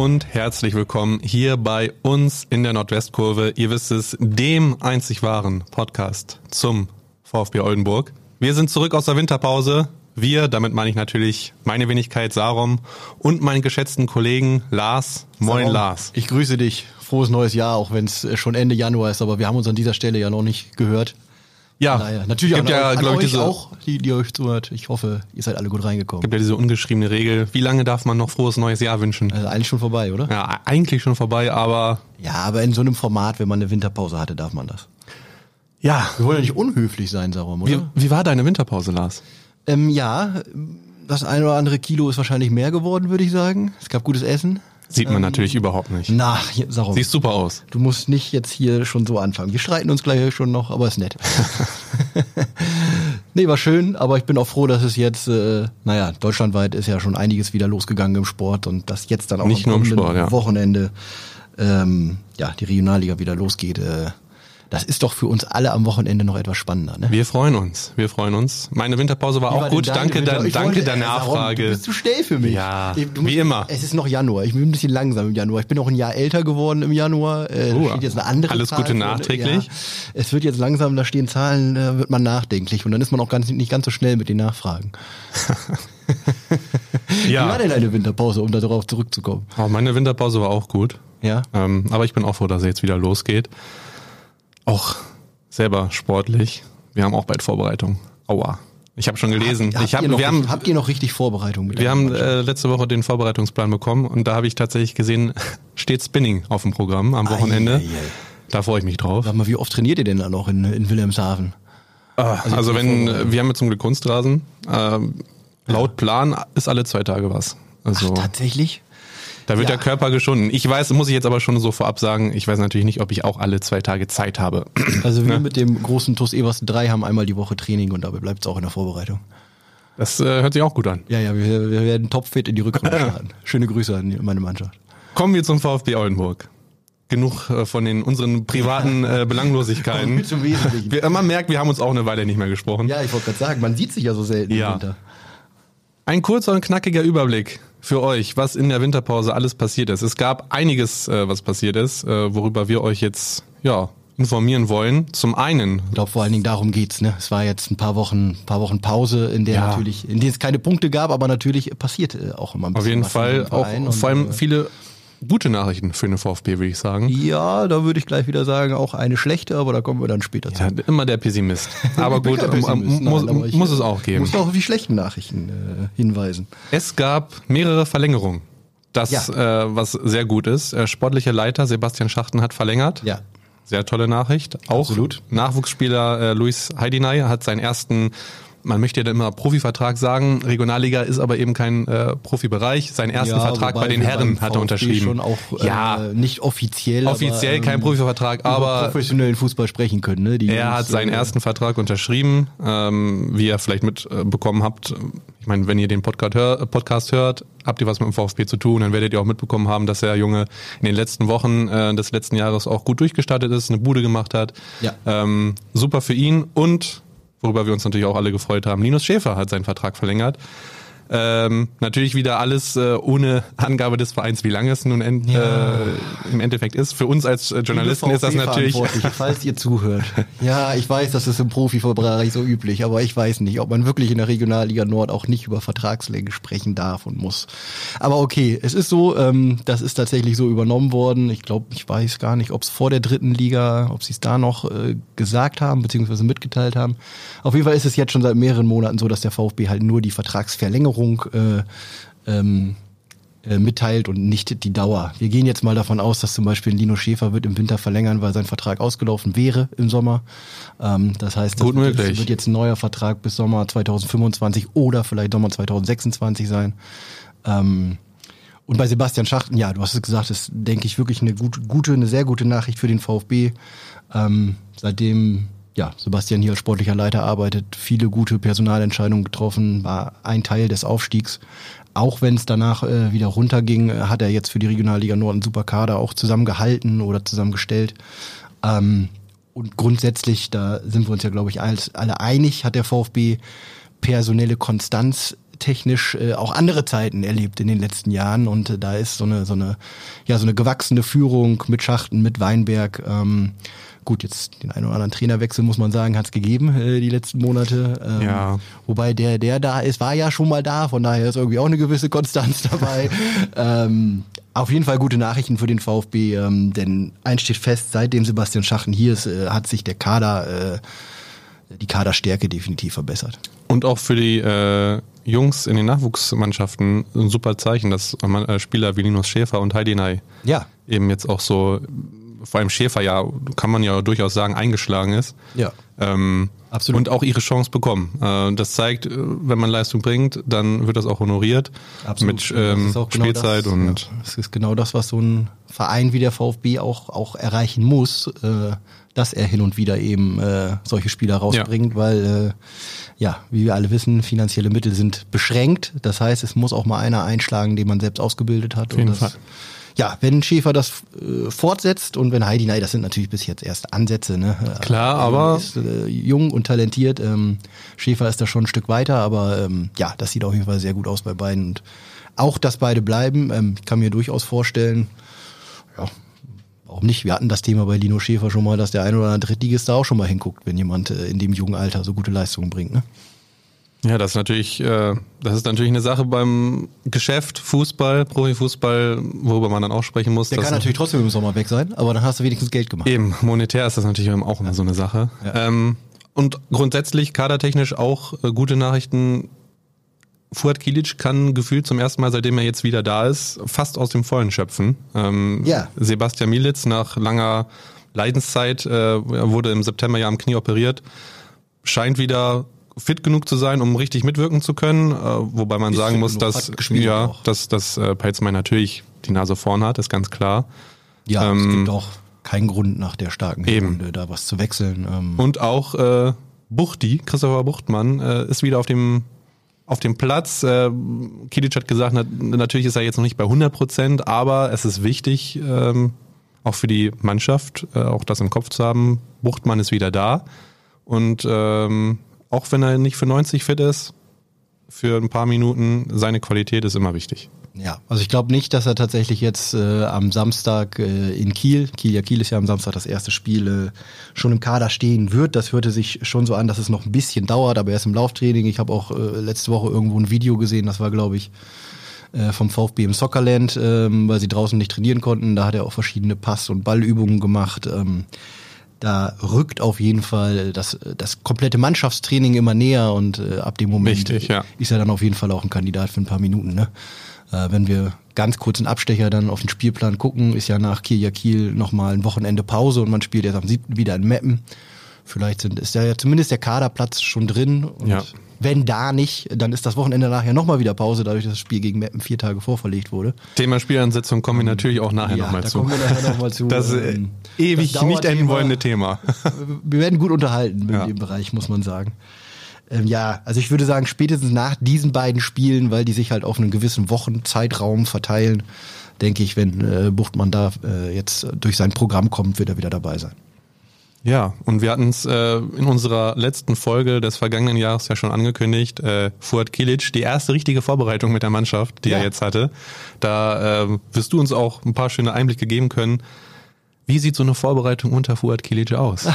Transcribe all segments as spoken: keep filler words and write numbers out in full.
und herzlich willkommen hier bei uns in der Nordwestkurve. Ihr wisst es, dem einzig wahren Podcast zum VfB Oldenburg. Wir sind zurück aus der Winterpause. Wir, damit meine ich natürlich meine Wenigkeit Sarum und meinen geschätzten Kollegen Lars. Moin Sarum, Lars. Ich grüße dich. Frohes neues Jahr, auch wenn es schon Ende Januar ist, aber wir haben uns an dieser Stelle ja noch nicht gehört. Ja, naja, natürlich gibt an, ja, an glaub ich, euch diese, auch, die, die euch zuhört. Ich hoffe, ihr seid alle gut reingekommen. Gibt ja diese ungeschriebene Regel. Wie lange darf man noch frohes neues Jahr wünschen? Also eigentlich schon vorbei, oder? Ja, eigentlich schon vorbei, aber... Ja, aber in so einem Format, wenn man eine Winterpause hatte, darf man das. Ja. Wir wollen ja nicht unhöflich sein, Sarum, oder? Wie, wie war deine Winterpause, Lars? Ähm, ja, das ein oder andere Kilo ist wahrscheinlich mehr geworden, würde ich sagen. Es gab gutes Essen. Sieht man ähm, natürlich überhaupt nicht. Na, Sarum. Siehst super aus. Du musst nicht jetzt hier schon so anfangen. Wir streiten uns gleich schon noch, aber ist nett. Nee, war schön, aber ich bin auch froh, dass es jetzt, äh, naja, deutschlandweit ist ja schon einiges wieder losgegangen im Sport und dass jetzt dann auch nicht am nur im kommenden Sport, ja. Wochenende ähm, ja, die Regionalliga wieder losgeht. Äh, das ist doch für uns alle am Wochenende noch etwas spannender, ne? Wir freuen uns, wir freuen uns. Meine Winterpause war Wie auch war gut, denn deine danke, Winter- da, Ich danke wollte- der äh, Sarum, Nachfrage. Du bist zu schnell für mich. Ja, Du wie immer. Es ist noch Januar, ich bin ein bisschen langsam im Januar. Ich bin auch ein Jahr älter geworden im Januar. Äh, Oh, da steht jetzt eine andere alles Zahl Gute vorne. nachträglich. Ja, es wird jetzt langsam, da stehen Zahlen, da wird man nachdenklich und dann ist man auch ganz, nicht ganz so schnell mit den Nachfragen. Ja. Wie war denn deine Winterpause, um darauf zurückzukommen? Oh, meine Winterpause war auch gut. Ja? Ähm, aber ich bin auch froh, dass es jetzt wieder losgeht. Auch selber sportlich. Wir haben auch bald Vorbereitung. Aua. Ich habe schon gelesen. Habt, ich hab, ihr noch, wir haben, habt ihr noch richtig Vorbereitung? Mit wir der haben Mannschaft? äh, letzte Woche den Vorbereitungsplan bekommen und da habe ich tatsächlich gesehen, steht Spinning auf dem Programm am Wochenende. Ei, ei, ei. Da freue ich mich drauf. Sag mal, wie oft trainiert ihr denn dann noch in, in Wilhelmshaven? Ah, Also also die wenn, Vorbereitung. wir haben jetzt zum Glück Kunstrasen. Ähm, laut Plan ist alle zwei Tage was. Also Ach, tatsächlich? da wird ja. der Körper geschunden. Ich weiß, muss ich jetzt aber schon so vorab sagen, ich weiß natürlich nicht, ob ich auch alle zwei Tage Zeit habe. Also wir Ne? mit dem großen TuS Eversten drei haben einmal die Woche Training und dabei bleibt es auch in der Vorbereitung. Das äh, hört sich auch gut an. Ja, ja, wir, wir werden topfit in die Rückrunde starten. Schöne Grüße an die- meine Mannschaft. Kommen wir zum VfB Oldenburg. Genug äh, von den unseren privaten äh, Belanglosigkeiten. Zum Wesentlichen. Wir, man merkt, wir haben uns auch eine Weile nicht mehr gesprochen. Ja, ich wollte gerade sagen, man sieht sich ja so selten Ja. im Winter. Ein kurzer und knackiger Überblick für euch, was in der Winterpause alles passiert ist. Es gab einiges, äh, was passiert ist, äh, worüber wir euch jetzt ja informieren wollen. Zum einen, Ich glaube, vor allen Dingen darum geht's, ne? Es war jetzt ein paar Wochen, paar Wochen Pause, in der Ja. natürlich, in denen es keine Punkte gab, aber natürlich passiert äh, auch immer ein bisschen auf jeden was in Fall dem auch Verein und, vor allem äh, viele gute Nachrichten für den VfB, würde ich sagen. Ja, da würde ich gleich wieder sagen, auch eine schlechte, aber da kommen wir dann später zu. Ja, immer der Pessimist. Aber Ich bin gut, kein ähm, Pessimist, muss, nein, aber ich, muss es äh, auch geben. Muss auch auf die schlechten Nachrichten äh, hinweisen. Es gab mehrere Verlängerungen. Das, Ja. äh, was sehr gut ist. Äh, sportlicher Leiter Sebastian Schachten hat verlängert. Ja. Sehr tolle Nachricht. Auch Absolut. Nachwuchsspieler äh, Luis Heidinay hat seinen ersten, man möchte ja immer Profivertrag sagen, Regionalliga ist aber eben kein äh, Profibereich. Seinen ersten Ja, Vertrag wobei bei den wir Herren beim hat er VfB unterschrieben. Schon auch ja, äh, nicht offiziell, offiziell aber, kein ähm, Profivertrag, über aber professionellen Fußball sprechen können. Ne? Die er Jungs, hat seinen äh, ersten Vertrag unterschrieben, ähm, wie ihr vielleicht mitbekommen habt. Ich meine, wenn ihr den Podcast, hör, Podcast hört, habt ihr was mit dem VfB zu tun, dann werdet ihr auch mitbekommen haben, dass der Junge in den letzten Wochen äh, des letzten Jahres auch gut durchgestartet ist, eine Bude gemacht hat. Ja. Ähm, super für ihn und, worüber wir uns natürlich auch alle gefreut haben, Linus Schäfer hat seinen Vertrag verlängert. Ähm, natürlich wieder alles äh, ohne Angabe des Vereins, wie lange es nun end, Ja. äh, im Endeffekt ist. Für uns als äh, Journalisten ist das natürlich... VfB-Verantwortliche, falls ihr zuhört. Ja, ich weiß, das ist im Profibereich so üblich, aber ich weiß nicht, ob man wirklich in der Regionalliga Nord auch nicht über Vertragslänge sprechen darf und muss. Aber okay, es ist so, ähm, das ist tatsächlich so übernommen worden. Ich glaube, ich weiß gar nicht, ob es vor der dritten Liga, ob sie es da noch äh, gesagt haben, beziehungsweise mitgeteilt haben. Auf jeden Fall ist es jetzt schon seit mehreren Monaten so, dass der VfB halt nur die Vertragsverlängerung Äh, ähm, äh, mitteilt und nicht die Dauer. Wir gehen jetzt mal davon aus, dass zum Beispiel Lino Schäfer wird im Winter verlängern, weil sein Vertrag ausgelaufen wäre im Sommer. Ähm, das heißt, das Gut wird, möglich. jetzt, wird jetzt ein neuer Vertrag bis Sommer zwanzig fünfundzwanzig oder vielleicht Sommer zwanzig sechsundzwanzig sein. Ähm, und bei Sebastian Schachten, ja, du hast es gesagt, ist, denke ich, wirklich eine gut, gute, eine sehr gute Nachricht für den VfB. Ähm, seitdem ja, Sebastian hier als sportlicher Leiter arbeitet, viele gute Personalentscheidungen getroffen, war ein Teil des Aufstiegs. Auch wenn es danach äh, wieder runterging, äh, hat er jetzt für die Regionalliga Nord einen super Kader auch zusammengehalten oder zusammengestellt. Ähm, und grundsätzlich, da sind wir uns ja, glaube ich, alles, alle einig, hat der VfB personelle Konstanz technisch äh, auch andere Zeiten erlebt in den letzten Jahren und äh, da ist so eine so eine ja so eine gewachsene Führung mit Schachten, mit Weinberg. Ähm, gut, jetzt den einen oder anderen Trainerwechsel muss man sagen, hat es gegeben äh, die letzten Monate. Ähm, ja. Wobei der der da ist, war ja schon mal da, von daher ist irgendwie auch eine gewisse Konstanz dabei. ähm, Auf jeden Fall gute Nachrichten für den VfB, ähm, denn eins steht fest: Seitdem Sebastian Schachten hier ist, äh, hat sich der Kader, äh, die Kaderstärke definitiv verbessert. Und auch für die äh, Jungs in den Nachwuchsmannschaften ein super Zeichen, dass man, äh, Spieler wie Linus Schäfer und Heidi Ney ja. eben jetzt auch so, vor allem Schäfer ja, kann man ja durchaus sagen, eingeschlagen ist. Ja. Ähm, Absolut. Und auch ihre Chance bekommen. Äh, das zeigt, wenn man Leistung bringt, dann wird das auch honoriert. Absolut. Mit ähm, das ist auch genau Spielzeit das, und ja. Das ist genau das, was so ein Verein wie der VfB auch auch erreichen muss, äh, dass er hin und wieder eben äh, solche Spieler rausbringt, ja. weil äh, ja, wie wir alle wissen, finanzielle Mittel sind beschränkt. Das heißt, es muss auch mal einer einschlagen, den man selbst ausgebildet hat. Auf jeden und das, Fall. Ja, wenn Schäfer das äh, fortsetzt und wenn Heidi Ney, das sind natürlich bis jetzt erst Ansätze, ne? Klar, er aber ist äh, jung und talentiert. Ähm, Schäfer ist da schon ein Stück weiter, aber ähm, ja, das sieht auf jeden Fall sehr gut aus bei beiden. Und auch, dass beide bleiben, ähm, ich kann mir durchaus vorstellen, ja, warum nicht? Wir hatten das Thema bei Lino Schäfer schon mal, dass der ein oder andere Drittligist da auch schon mal hinguckt, wenn jemand äh, in dem jungen Alter so gute Leistungen bringt, ne? ja, das ist natürlich, äh, das ist natürlich eine Sache beim Geschäft, Fußball, Profifußball, worüber man dann auch sprechen muss. Der kann natürlich trotzdem im Sommer weg sein, aber dann hast du wenigstens Geld gemacht. Eben, monetär ist das natürlich auch immer so eine Sache. Ja. Ähm, und grundsätzlich, kadertechnisch auch äh, gute Nachrichten. Fuad Kilic kann gefühlt zum ersten Mal, seitdem er jetzt wieder da ist, fast aus dem Vollen schöpfen. Ähm, Ja. Sebastian Mielitz nach langer Leidenszeit, äh, er wurde im September ja am Knie operiert, scheint wieder fit genug zu sein, um richtig mitwirken zu können, äh, wobei man Ist sagen fit muss, genug, dass hat gespielt ja, auch. dass, dass äh, Peitsmann natürlich die Nase vorn hat, ist ganz klar. Ja, Ähm, es gibt auch keinen Grund nach der starken eben. Runde da was zu wechseln. Ähm, Und auch äh, Buchti, Christopher Buchtmann, äh, ist wieder auf dem auf dem Platz. Äh, Kilic hat gesagt, na, natürlich ist er jetzt noch nicht bei hundert Prozent, aber es ist wichtig, ähm, auch für die Mannschaft, äh, auch das im Kopf zu haben. Buchtmann ist wieder da und ähm, auch wenn er nicht für neunzig fit ist, für ein paar Minuten, seine Qualität ist immer wichtig. Ja, also ich glaube nicht, dass er tatsächlich jetzt äh, am Samstag äh, in Kiel, Kiel ja Kiel ist ja am Samstag das erste Spiel, äh, schon im Kader stehen wird. Das hörte sich schon so an, dass es noch ein bisschen dauert, aber er ist im Lauftraining. Ich habe auch äh, letzte Woche irgendwo ein Video gesehen, das war glaube ich äh, vom VfB im Soccerland, ähm, weil sie draußen nicht trainieren konnten. Da hat er auch verschiedene Pass- und Ballübungen gemacht. Ähm, Da rückt auf jeden Fall das, das komplette Mannschaftstraining immer näher und äh, ab dem Moment Richtig, ja. ist er dann auf jeden Fall auch ein Kandidat für ein paar Minuten. Ne? Äh, wenn wir ganz kurz einen Abstecher dann auf den Spielplan gucken, ist ja nach Kiel Kiel nochmal ein Wochenende Pause und man spielt erst am siebten wieder in Meppen. Vielleicht sind, ist ja zumindest der Kaderplatz schon drin und Ja. wenn da nicht, dann ist das Wochenende nachher nochmal wieder Pause, dadurch, dass das Spiel gegen Meppen vier Tage vorverlegt wurde. Thema Spielansetzung kommen wir natürlich auch nachher ja, nochmal da zu. kommen wir nachher noch mal zu. Das äh, Ähm, ewig das nicht enden Dauerthema. wollende Thema. Wir werden gut unterhalten Ja. in dem Bereich, muss man sagen. Ähm, ja, also ich würde sagen, spätestens nach diesen beiden Spielen, weil die sich halt auf einen gewissen Wochenzeitraum verteilen, denke ich, wenn äh, Buchtmann da äh, jetzt durch sein Programm kommt, wird er wieder dabei sein. Ja, und wir hatten es äh, in unserer letzten Folge des vergangenen Jahres ja schon angekündigt, äh, Fuad Kilic, die erste richtige Vorbereitung mit der Mannschaft, die Ja. er jetzt hatte. Da äh, wirst du uns auch ein paar schöne Einblicke geben können. Wie sieht so eine Vorbereitung unter Fuad Kilic aus?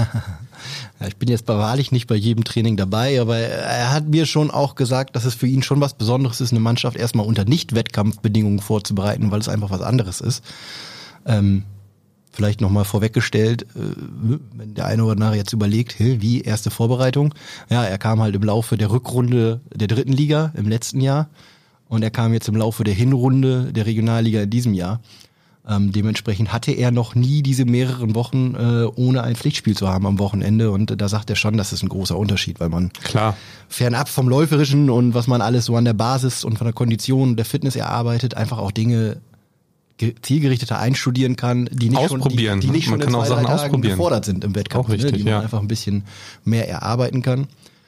Ja, ich bin jetzt wahrlich nicht bei jedem Training dabei, aber er hat mir schon auch gesagt, dass es für ihn schon was Besonderes ist, eine Mannschaft erstmal unter Nicht-Wettkampfbedingungen vorzubereiten, weil es einfach was anderes ist. Ähm, vielleicht nochmal vorweggestellt, äh, wenn der eine oder andere jetzt überlegt, hä, wie, erste Vorbereitung? Ja, er kam halt im Laufe der Rückrunde der dritten Liga im letzten Jahr und er kam jetzt im Laufe der Hinrunde der Regionalliga in diesem Jahr. Ähm, dementsprechend hatte er noch nie diese mehreren Wochen äh, ohne ein Pflichtspiel zu haben am Wochenende und äh, da sagt er schon, das ist ein großer Unterschied, weil man Klar. fernab vom Läuferischen und was man alles so an der Basis und von der Kondition und der Fitness erarbeitet, einfach auch Dinge ge- zielgerichteter einstudieren kann, die nicht Ausprobieren. schon, die, die nicht Man schon kann in auch zwei, Sachen drei Tagen ausprobieren. gefordert sind im Wettkampf, Auch richtig, ne, die man ja. einfach ein bisschen mehr erarbeiten kann.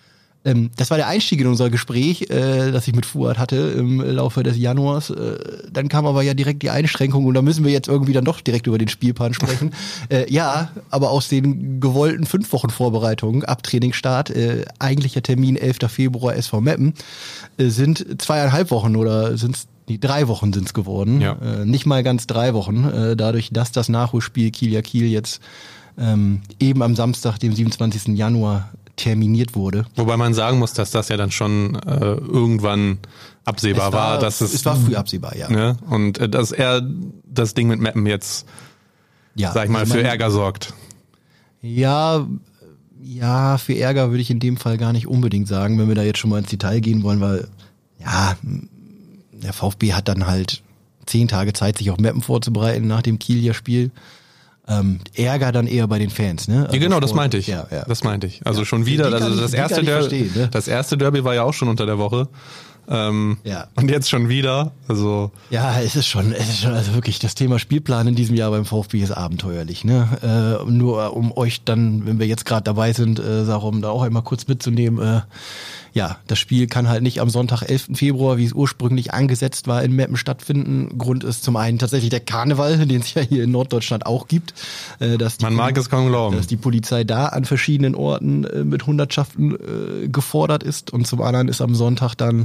Ähm, das war der Einstieg in unser Gespräch, äh, das ich mit Fuad hatte im Laufe des Januars. Äh, dann kam aber ja direkt die Einschränkung und da müssen wir jetzt irgendwie dann doch direkt über den Spielplan sprechen. äh, ja, aber aus den gewollten fünf Wochen Vorbereitungen ab Trainingsstart, äh, eigentlicher Termin elfter Februar S V Meppen, äh, sind zweieinhalb Wochen oder sind es die drei Wochen sind es geworden. Ja. Äh, nicht mal ganz drei Wochen, äh, dadurch, dass das Nachholspiel Kiel Kiel jetzt ähm, eben am Samstag, dem siebenundzwanzigsten Januar terminiert wurde. Wobei man sagen muss, dass das ja dann schon äh, irgendwann absehbar es war, war. Dass es, es war früh absehbar, ja. Ne? Und äh, dass er das Ding mit Meppen jetzt, ja, sag ich mal, also für man, Ärger sorgt. Ja, ja, für Ärger würde ich in dem Fall gar nicht unbedingt sagen, wenn wir da jetzt schon mal ins Detail gehen wollen, weil ja, der VfB hat dann halt zehn Tage Zeit, sich auf Meppen vorzubereiten nach dem Kieler Spiel. Ähm, Ärger dann eher bei den Fans, ne? Also ja, genau, Sport, das meinte ich. Ja, ja. Das meinte ich. Also ja. schon wieder, Die also ich, das erste Derby, ne? das erste Derby war ja auch schon unter der Woche. Ähm, ja. Und jetzt schon wieder. Also ja, es ist schon, es ist schon, also wirklich, das Thema Spielplan in diesem Jahr beim VfB ist abenteuerlich, ne? Äh, nur um euch dann, wenn wir jetzt gerade dabei sind, äh, darum da auch einmal kurz mitzunehmen, äh, ja, das Spiel kann halt nicht am Sonntag, elften Februar, wie es ursprünglich angesetzt war, in Meppen stattfinden. Grund ist zum einen tatsächlich der Karneval, den es ja hier in Norddeutschland auch gibt. Äh, dass die, man mag es kaum glauben. Dass die Polizei da an verschiedenen Orten äh, mit Hundertschaften äh, gefordert ist. Und zum anderen ist am Sonntag dann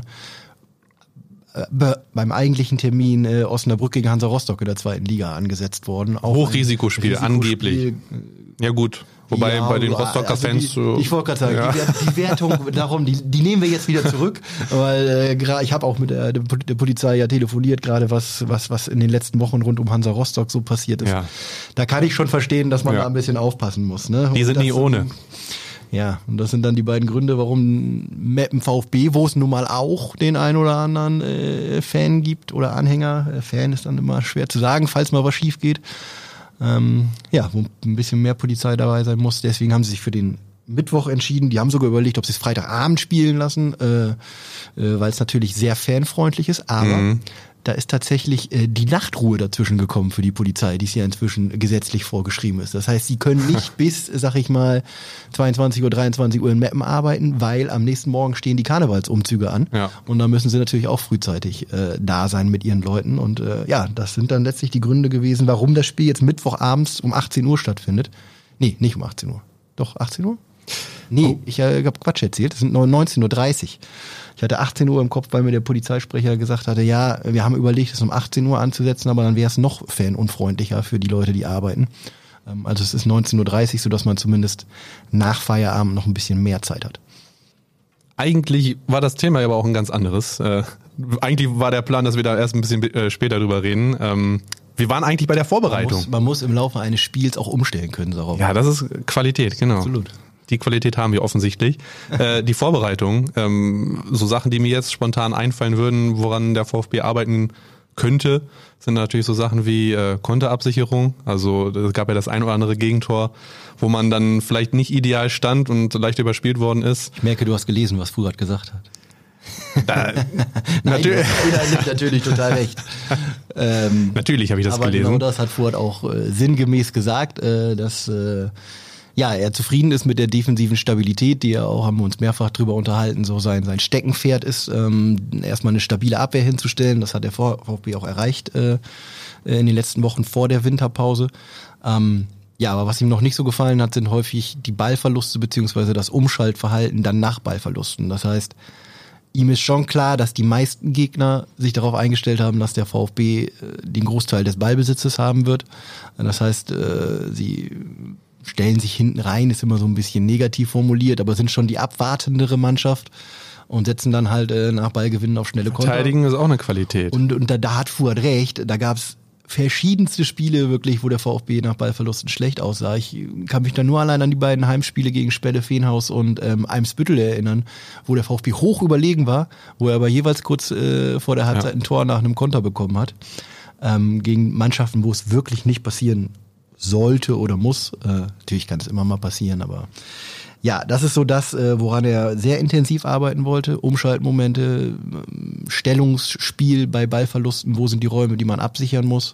äh, beim eigentlichen Termin äh, Osnabrück gegen Hansa Rostock in der zweiten Liga angesetzt worden. Auch Hochrisikospiel, Risikospiel, angeblich. Ja gut. Wobei ja, bei den Rostocker also Fans... Die, äh, ich wollte gerade sagen, ja. die, die Wertung darum, die, die nehmen wir jetzt wieder zurück, weil äh, ich habe auch mit der, der Polizei ja telefoniert, gerade was, was, was in den letzten Wochen rund um Hansa Rostock so passiert ist. Ja. Da kann ich schon verstehen, dass man ja. da ein bisschen aufpassen muss. Ne? Die und sind das, nie ohne. Ja, und das sind dann die beiden Gründe, warum Meppen VfB, wo es nun mal auch den ein oder anderen äh, Fan gibt oder Anhänger, äh, Fan ist dann immer schwer zu sagen, falls mal was schief geht, ähm, ja, wo ein bisschen mehr Polizei dabei sein muss. Deswegen haben sie sich für den Mittwoch entschieden. Die haben sogar überlegt, ob sie es Freitagabend spielen lassen, äh, äh, weil es natürlich sehr fanfreundlich ist, aber mhm. da ist tatsächlich äh, die Nachtruhe dazwischen gekommen für die Polizei, die es ja inzwischen gesetzlich vorgeschrieben ist. Das heißt, sie können nicht bis, sag ich mal, zweiundzwanzig Uhr, dreiundzwanzig Uhr in Meppen arbeiten, weil am nächsten Morgen stehen die Karnevalsumzüge an. Ja. Und da müssen sie natürlich auch frühzeitig äh, da sein mit ihren Leuten. Und äh, ja, das sind dann letztlich die Gründe gewesen, warum das Spiel jetzt Mittwochabends um achtzehn Uhr stattfindet. Nee, nicht um achtzehn Uhr. Doch, achtzehn Uhr? Nee, oh. ich äh, habe Quatsch erzählt. Es sind neunzehn Uhr dreißig. Ich hatte achtzehn Uhr im Kopf, weil mir der Polizeisprecher gesagt hatte, ja, wir haben überlegt, es um achtzehn Uhr anzusetzen, aber dann wäre es noch fanunfreundlicher für die Leute, die arbeiten. Also es ist neunzehn Uhr dreißig, sodass man zumindest nach Feierabend noch ein bisschen mehr Zeit hat. Eigentlich war das Thema aber auch ein ganz anderes. Äh, eigentlich war der Plan, dass wir da erst ein bisschen äh, später drüber reden. Ähm, wir waren eigentlich bei der Vorbereitung. Man muss, man muss im Laufe eines Spiels auch umstellen können, darauf. Ja, das ist Qualität, genau. Absolut. Die Qualität haben wir offensichtlich. äh, die Vorbereitung, ähm, so Sachen, die mir jetzt spontan einfallen würden, woran der VfB arbeiten könnte, sind natürlich so Sachen wie äh, Konterabsicherung. Also es gab ja das ein oder andere Gegentor, wo man dann vielleicht nicht ideal stand und leicht überspielt worden ist. Ich merke, du hast gelesen, was Fuad gesagt hat. Da, Nein, natürlich. Er nimmt natürlich total recht. Ähm, natürlich habe ich das aber gelesen. Genau das hat Fuad auch äh, sinngemäß gesagt, äh, dass äh, ja, er zufrieden ist mit der defensiven Stabilität, die er auch, haben wir uns mehrfach drüber unterhalten, so sein, sein Steckenpferd ist, ähm, erstmal eine stabile Abwehr hinzustellen. Das hat der VfB auch erreicht äh, in den letzten Wochen vor der Winterpause. Ähm, ja, aber was ihm noch nicht so gefallen hat, sind häufig die Ballverluste beziehungsweise das Umschaltverhalten dann nach Ballverlusten. Das heißt, ihm ist schon klar, dass die meisten Gegner sich darauf eingestellt haben, dass der VfB äh, den Großteil des Ballbesitzes haben wird. Das heißt, äh, sie stellen sich hinten rein, ist immer so ein bisschen negativ formuliert, aber sind schon die abwartendere Mannschaft und setzen dann halt äh, nach Ballgewinnen auf schnelle Konter. Verteidigen ist auch eine Qualität. Und, und da, da hat Fuad recht, da gab es verschiedenste Spiele wirklich, wo der VfB nach Ballverlusten schlecht aussah. Ich kann mich da nur allein an die beiden Heimspiele gegen Spelle Feenhaus und ähm, Eimsbüttel erinnern, wo der VfB hoch überlegen war, wo er aber jeweils kurz äh, vor der Halbzeit ja. ein Tor nach einem Konter bekommen hat. Ähm, gegen Mannschaften, wo es wirklich nicht passieren sollte oder muss. Äh, natürlich kann es immer mal passieren, aber ja, das ist so das, äh, woran er sehr intensiv arbeiten wollte. Umschaltmomente, äh, Stellungsspiel bei Ballverlusten, wo sind die Räume, die man absichern muss.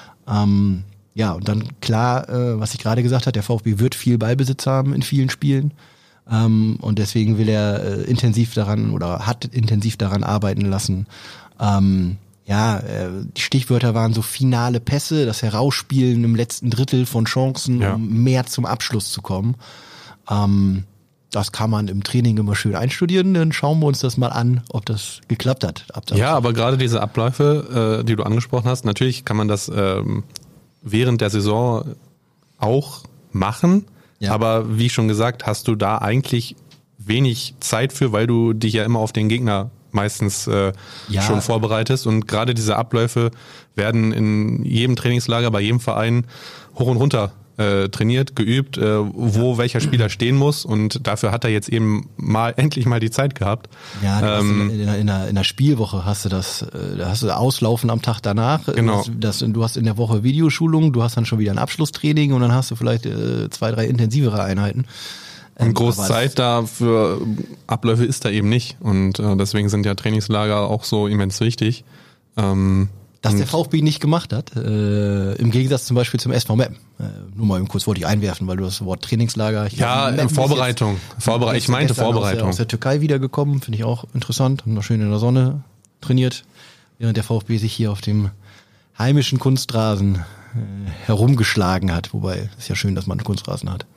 Ähm, ja, und dann klar, äh, was ich gerade gesagt habe, der VfB wird viel Ballbesitz haben in vielen Spielen. Ähm, und deswegen will er äh, intensiv daran oder hat intensiv daran arbeiten lassen. Ähm, ja, äh, die Stichwörter waren so finale Pässe, das Herausspielen im letzten Drittel von Chancen, ja. um mehr zum Abschluss zu kommen. Ähm, das kann man im Training immer schön einstudieren, dann schauen wir uns das mal an, ob das geklappt hat. Ja, aber gerade diese Abläufe, äh, die du angesprochen hast, natürlich kann man das ähm, während der Saison auch machen, ja. aber wie schon gesagt, hast du da eigentlich wenig Zeit für, weil du dich ja immer auf den Gegner meistens äh, ja. schon vorbereitest und gerade diese Abläufe werden in jedem Trainingslager, bei jedem Verein hoch und runter äh, trainiert, geübt, äh, wo welcher Spieler stehen muss und dafür hat er jetzt eben mal endlich mal die Zeit gehabt. Ja, ähm, in, der, in, der, in der Spielwoche hast du das, da hast du Auslaufen am Tag danach. Genau. Das, das, du hast in der Woche Videoschulung, du hast dann schon wieder ein Abschlusstraining und dann hast du vielleicht äh, zwei, drei intensivere Einheiten. Und groß Zeit da für Abläufe ist da eben nicht und äh, deswegen sind ja Trainingslager auch so immens wichtig. Ähm, Dass der VfB nicht gemacht hat, äh, im Gegensatz zum Beispiel zum S V Meppen. Äh, nur mal kurz wollte ich einwerfen, weil du das Wort Trainingslager... Ich ja, glaub, in Vorbereitung. Jetzt, Vorbereit- ich meinte Vorbereitung. Aus der, aus der Türkei wiedergekommen, finde ich auch interessant. Haben noch schön in der Sonne trainiert, während der VfB sich hier auf dem heimischen Kunstrasen äh, herumgeschlagen hat. Wobei, es ist ja schön, dass man einen Kunstrasen hat.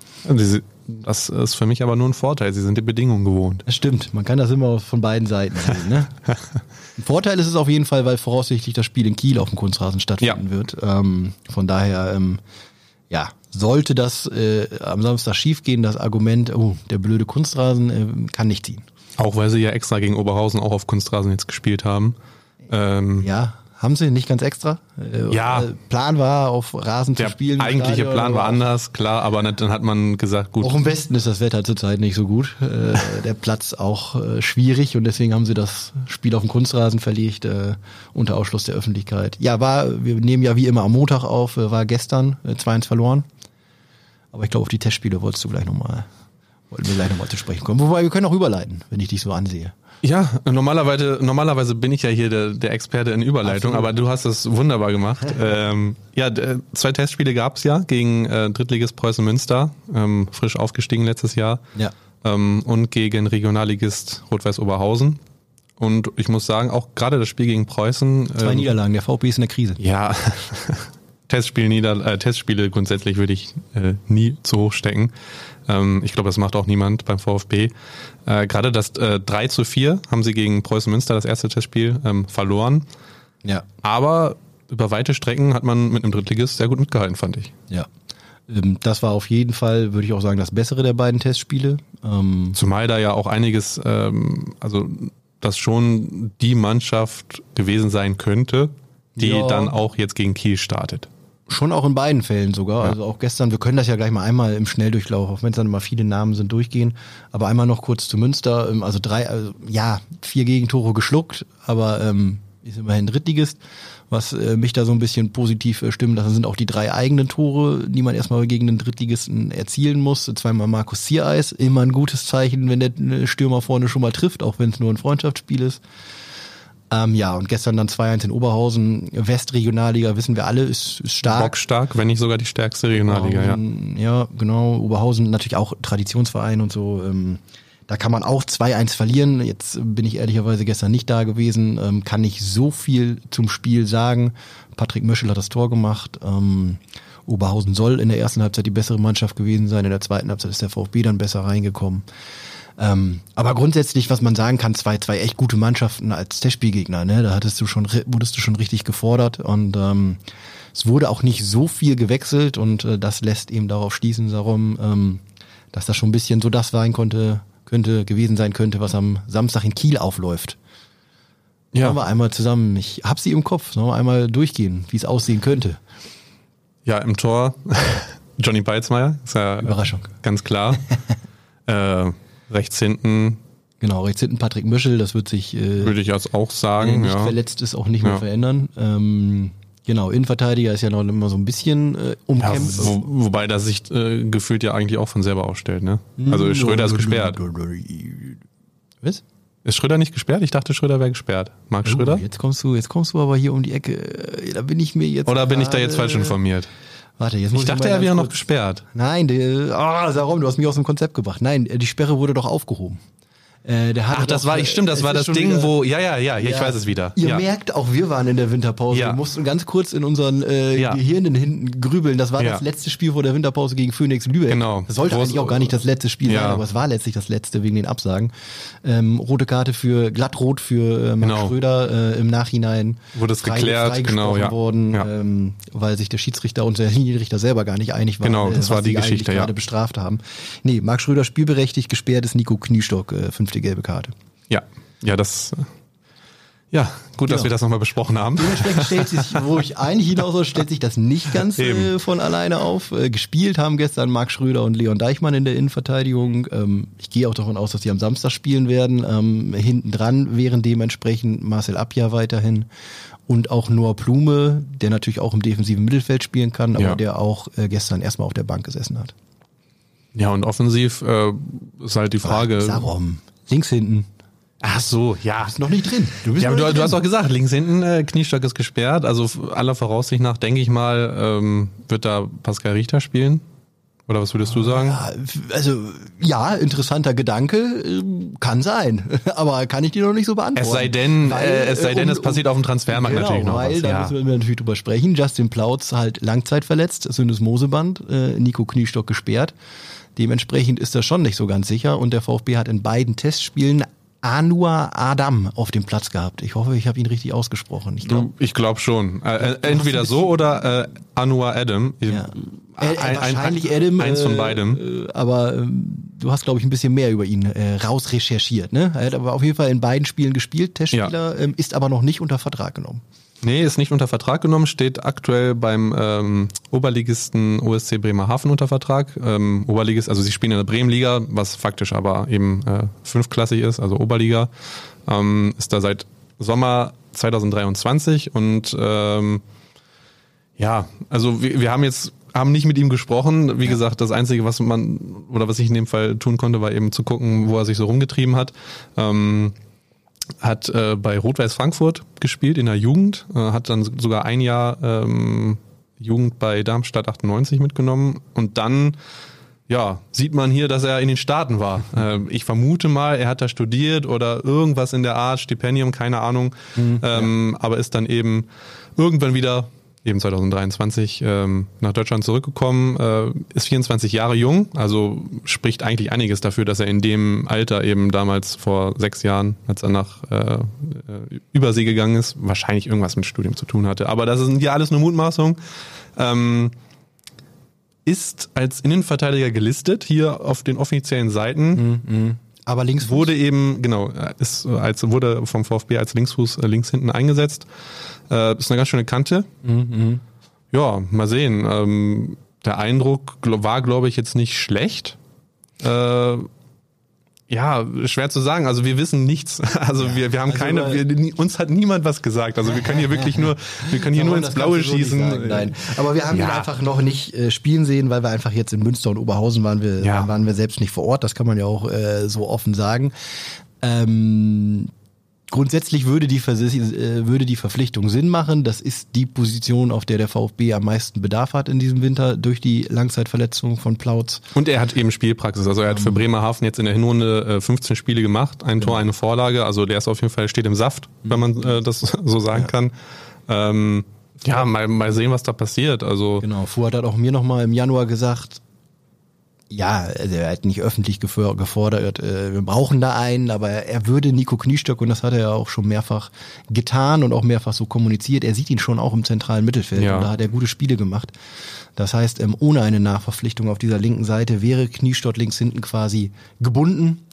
Das ist für mich aber nur ein Vorteil. Sie sind die Bedingungen gewohnt. Das stimmt. Man kann das immer von beiden Seiten sehen. Ne? Ein Vorteil ist es auf jeden Fall, weil voraussichtlich das Spiel in Kiel auf dem Kunstrasen stattfinden ja. wird. Ähm, von daher, ähm, ja, sollte das äh, am Samstag schiefgehen, das Argument, oh, der blöde Kunstrasen äh, kann nicht ziehen. Auch weil sie ja extra gegen Oberhausen auch auf Kunstrasen jetzt gespielt haben. Ähm, ja. Haben sie nicht ganz extra? Ja. Plan war, auf Rasen der zu spielen. Der eigentliche Plan war anders, klar, aber dann hat man gesagt, gut. Auch im Westen ist das Wetter zurzeit nicht so gut. Äh, der Platz auch äh, schwierig und deswegen haben sie das Spiel auf den Kunstrasen verlegt, äh, unter Ausschluss der Öffentlichkeit. Ja, war, wir nehmen ja wie immer am Montag auf, äh, war gestern äh, zwei eins verloren. Aber ich glaube, auf die Testspiele wolltest du gleich nochmal, wollten wir gleich nochmal zu sprechen kommen. Wobei, wir können auch überleiten, wenn ich dich so ansehe. Ja, normalerweise normalerweise bin ich ja hier der, der Experte in Überleitung, Absolut. Aber du hast es wunderbar gemacht. ähm, ja, zwei Testspiele gab's ja gegen äh, Drittligist Preußen Münster, ähm, frisch aufgestiegen letztes Jahr, ja. ähm, und gegen Regionalligist Rot-Weiß Oberhausen. Und ich muss sagen, auch gerade das Spiel gegen Preußen... Zwei ähm, Niederlagen, der VfB ist in der Krise. Ja, Testspiel Nieder- äh, Testspiele grundsätzlich würde ich äh, nie zu hoch stecken. Ähm, ich glaube, das macht auch niemand beim VfB. Äh, gerade das äh, drei zu vier haben sie gegen Preußen Münster, das erste Testspiel, ähm, verloren. Ja. Aber über weite Strecken hat man mit einem Drittligist sehr gut mitgehalten, fand ich. Ja. Ähm, das war auf jeden Fall, würde ich auch sagen, das bessere der beiden Testspiele. Ähm Zumal da ja auch einiges, ähm, also das schon die Mannschaft gewesen sein könnte, die ja. dann auch jetzt gegen Kiel startet. Schon auch in beiden Fällen sogar. Ja. Also auch gestern, wir können das ja gleich mal einmal im Schnelldurchlauf, auch wenn es dann immer viele Namen sind, durchgehen. Aber einmal noch kurz zu Münster. Also drei, also ja, vier Gegentore geschluckt, aber ähm, ist immerhin Drittligist. Was äh, mich da so ein bisschen positiv äh, stimmt, das sind auch die drei eigenen Tore, die man erstmal gegen den Drittligisten erzielen muss. Zweimal Markus Ziereis, immer ein gutes Zeichen, wenn der Stürmer vorne schon mal trifft, auch wenn es nur ein Freundschaftsspiel ist. Ähm, ja, und gestern dann zwei eins in Oberhausen, Westregionalliga, wissen wir alle, ist, ist stark. Bockstark, wenn nicht sogar die stärkste Regionalliga, ja. Ja, genau. Oberhausen natürlich auch Traditionsverein und so. Ähm, da kann man auch zwei eins verlieren. Jetzt bin ich ehrlicherweise gestern nicht da gewesen, ähm, kann nicht so viel zum Spiel sagen. Patrick Möschel hat das Tor gemacht. Ähm, Oberhausen soll in der ersten Halbzeit die bessere Mannschaft gewesen sein. In der zweiten Halbzeit ist der VfB dann besser reingekommen. Ähm, aber grundsätzlich, was man sagen kann, zwei, zwei echt gute Mannschaften als Testspielgegner, ne? Da hattest du schon, wurdest du schon richtig gefordert und ähm, es wurde auch nicht so viel gewechselt und äh, das lässt eben darauf schließen, darum, ähm, dass das schon ein bisschen so das sein konnte, könnte gewesen sein könnte, was am Samstag in Kiel aufläuft. Ja. Sollen wir einmal zusammen, ich hab sie im Kopf, sollen wir einmal durchgehen, wie es aussehen könnte. Ja, im Tor Johnny Beitzmeier, ist ja Überraschung. Ganz klar. äh, Rechts hinten. Genau, rechts hinten Patrick Möschel, das wird sich, äh, würde ich jetzt auch sagen, wenn er nicht ja. verletzt ist, auch nicht mehr ja. verändern. Ähm, genau, Innenverteidiger ist ja noch immer so ein bisschen äh, umkämpft. Ja, wo, wobei das sich äh, gefühlt ja eigentlich auch von selber ausstellt, ne? Also Schröder ist gesperrt. Was? Ist Schröder nicht gesperrt? Ich dachte, Schröder wäre gesperrt. Marc Schröder? Oh, jetzt kommst du, jetzt kommst du aber hier um die Ecke. Da bin ich mir jetzt. Oder bin ich da jetzt falsch informiert? Warte, jetzt muss Ich ich dachte, mal er ganz wäre noch kurz- gesperrt. Nein, der, oh, Sarum, du hast mich aus dem Konzept gebracht. Nein, die Sperre wurde doch aufgehoben. Äh, der hatte Ach, das doch, war, äh, stimmt, das es war ist das schon Ding, wieder- wo, ja, ja, ja, ich Ja, weiß es wieder. Ihr ja. merkt, auch wir waren in der Winterpause. Ja. Wir mussten ganz kurz in unseren äh, Ja. Gehirnen hinten grübeln. Das war Ja. das letzte Spiel vor der Winterpause gegen Phoenix Lübeck. Genau. Das sollte Wo es- eigentlich auch gar nicht das letzte Spiel Ja. sein, aber es war letztlich das letzte wegen den Absagen. Ähm, rote Karte für, glattrot für äh, Max Genau. Schröder äh, im Nachhinein. Wurde es frei- geklärt, freigesprochen genau, ja. worden, Ja. Ähm, weil sich der Schiedsrichter und der Linienrichter selber gar nicht einig waren, Genau, das äh, war was die sie eigentlich Geschichte, ja. gerade bestraft haben. Nee, Max Schröder spielberechtigt, gesperrt ist Nico Kniestock, äh, fünfte gelbe Karte. Ja, ja, das, äh, ja, gut, dass Genau. wir das nochmal besprochen haben. Dementsprechend stellt sich, wo ich eigentlich hinaus soll, stellt sich das nicht ganz äh, Eben. von alleine auf. Äh, gespielt haben gestern Marc Schröder und Leon Deichmann in der Innenverteidigung. Ähm, ich gehe auch davon aus, dass die am Samstag spielen werden. Ähm, hinten dran wären dementsprechend Marcel Abja weiterhin und auch Noah Blume, der natürlich auch im defensiven Mittelfeld spielen kann, aber Ja. der auch äh, gestern erstmal auf der Bank gesessen hat. Ja, und offensiv äh, ist halt die Frage. Sarum. Links hinten. Ach so, ja. Ist noch nicht drin. Du bist Ja, noch aber du, nicht du hast drin. auch gesagt, links hinten äh, Kniestock ist gesperrt. Also f- aller Voraussicht nach, denke ich mal, ähm, wird da Pascal Richter spielen. Oder was würdest du sagen? Ja, also, ja, interessanter Gedanke, ähm, kann sein, aber kann ich dir noch nicht so beantworten. Es sei denn, Weil, äh, es sei äh, denn, um- es passiert auf dem Transfermarkt genau, natürlich noch weil, was. da Ja. müssen wir natürlich drüber sprechen. Justin Plautz halt langzeitverletzt, Syndesmoseband, äh, Nico Kniestock gesperrt. Dementsprechend ist das schon nicht so ganz sicher und der VfB hat in beiden Testspielen Anwar Adam auf dem Platz gehabt. Ich hoffe, ich habe ihn richtig ausgesprochen. Ich glaub, Du, ich glaube schon. Äh, äh, entweder ein so oder äh, Anwar Adam. Ja. Ein- Äh, ein- wahrscheinlich Adam. Eins äh, von beidem. Äh, aber ähm, du hast, glaube ich, ein bisschen mehr über ihn äh, rausrecherchiert. Ne? Er hat aber auf jeden Fall in beiden Spielen gespielt, Testspieler, ähm, ist aber noch nicht unter Vertrag genommen. Nee, ist nicht unter Vertrag genommen, steht aktuell beim ähm, Oberligisten O S C Bremerhaven unter Vertrag. Ähm, Oberligist, also sie spielen in der Bremenliga, was faktisch aber eben äh, fünfklassig ist, also Oberliga. Ähm, ist da seit Sommer zwanzig dreiundzwanzig und ähm, ja, also wir, wir haben jetzt haben nicht mit ihm gesprochen. Wie gesagt, das Einzige, was man oder was ich in dem Fall tun konnte, war eben zu gucken, wo er sich so rumgetrieben hat. Ähm, hat äh, bei Rot-Weiß Frankfurt gespielt in der Jugend, äh, hat dann sogar ein Jahr ähm, Jugend bei Darmstadt achtundneunzig mitgenommen und dann ja, sieht man hier, dass er in den Staaten war. Äh, ich vermute mal, er hat da studiert oder irgendwas in der Art, Stipendium, keine Ahnung, mhm, ähm, ja. aber ist dann eben irgendwann wieder eben zwanzig dreiundzwanzig ähm, nach Deutschland zurückgekommen, äh, ist vierundzwanzig Jahre jung, also spricht eigentlich einiges dafür, dass er in dem Alter eben damals vor sechs Jahren, als er nach äh, Übersee gegangen ist, wahrscheinlich irgendwas mit Studium zu tun hatte. Aber das sind ja alles nur Mutmaßungen. Ähm, ist als Innenverteidiger gelistet, hier auf den offiziellen Seiten. Mhm. Aber Linksfuß? Wurde eben, genau, ist als wurde vom VfB als Linksfuß äh, links hinten eingesetzt. Äh, ist eine ganz schöne Kante. Mhm. Ja, mal sehen. Ähm, der Eindruck war, glaube ich, jetzt nicht schlecht. Äh, ja, schwer zu sagen. Also wir wissen nichts. Also ja. wir, wir haben also keine, wir, uns hat niemand was gesagt. Also wir können hier wirklich nur, wir können hier nur ins Blaue schießen. Nein, aber wir haben ja. ihn einfach noch nicht äh, spielen sehen, weil wir einfach jetzt in Münster und Oberhausen waren wir, ja. waren wir selbst nicht vor Ort. Das kann man ja auch äh, so offen sagen. Ähm, Grundsätzlich würde die, würde die Verpflichtung Sinn machen. Das ist die Position, auf der der VfB am meisten Bedarf hat in diesem Winter durch die Langzeitverletzung von Plautz. Und er hat eben Spielpraxis. Also er hat für Bremerhaven jetzt in der Hinrunde fünfzehn Spiele gemacht, ein Tor, eine Vorlage. Also der ist auf jeden Fall, steht im Saft, wenn man äh, das so sagen ja. kann. Ähm, ja, mal, mal sehen, was da passiert. Also genau, Fuad hat auch mir nochmal im Januar gesagt, ja, also er hat nicht öffentlich gefordert, wir brauchen da einen, aber er würde Nico Kniestock, und das hat er ja auch schon mehrfach getan und auch mehrfach so kommuniziert, er sieht ihn schon auch im zentralen Mittelfeld ja. und da hat er gute Spiele gemacht. Das heißt, ohne eine Nachverpflichtung auf dieser linken Seite wäre Kniestock links hinten quasi gebunden.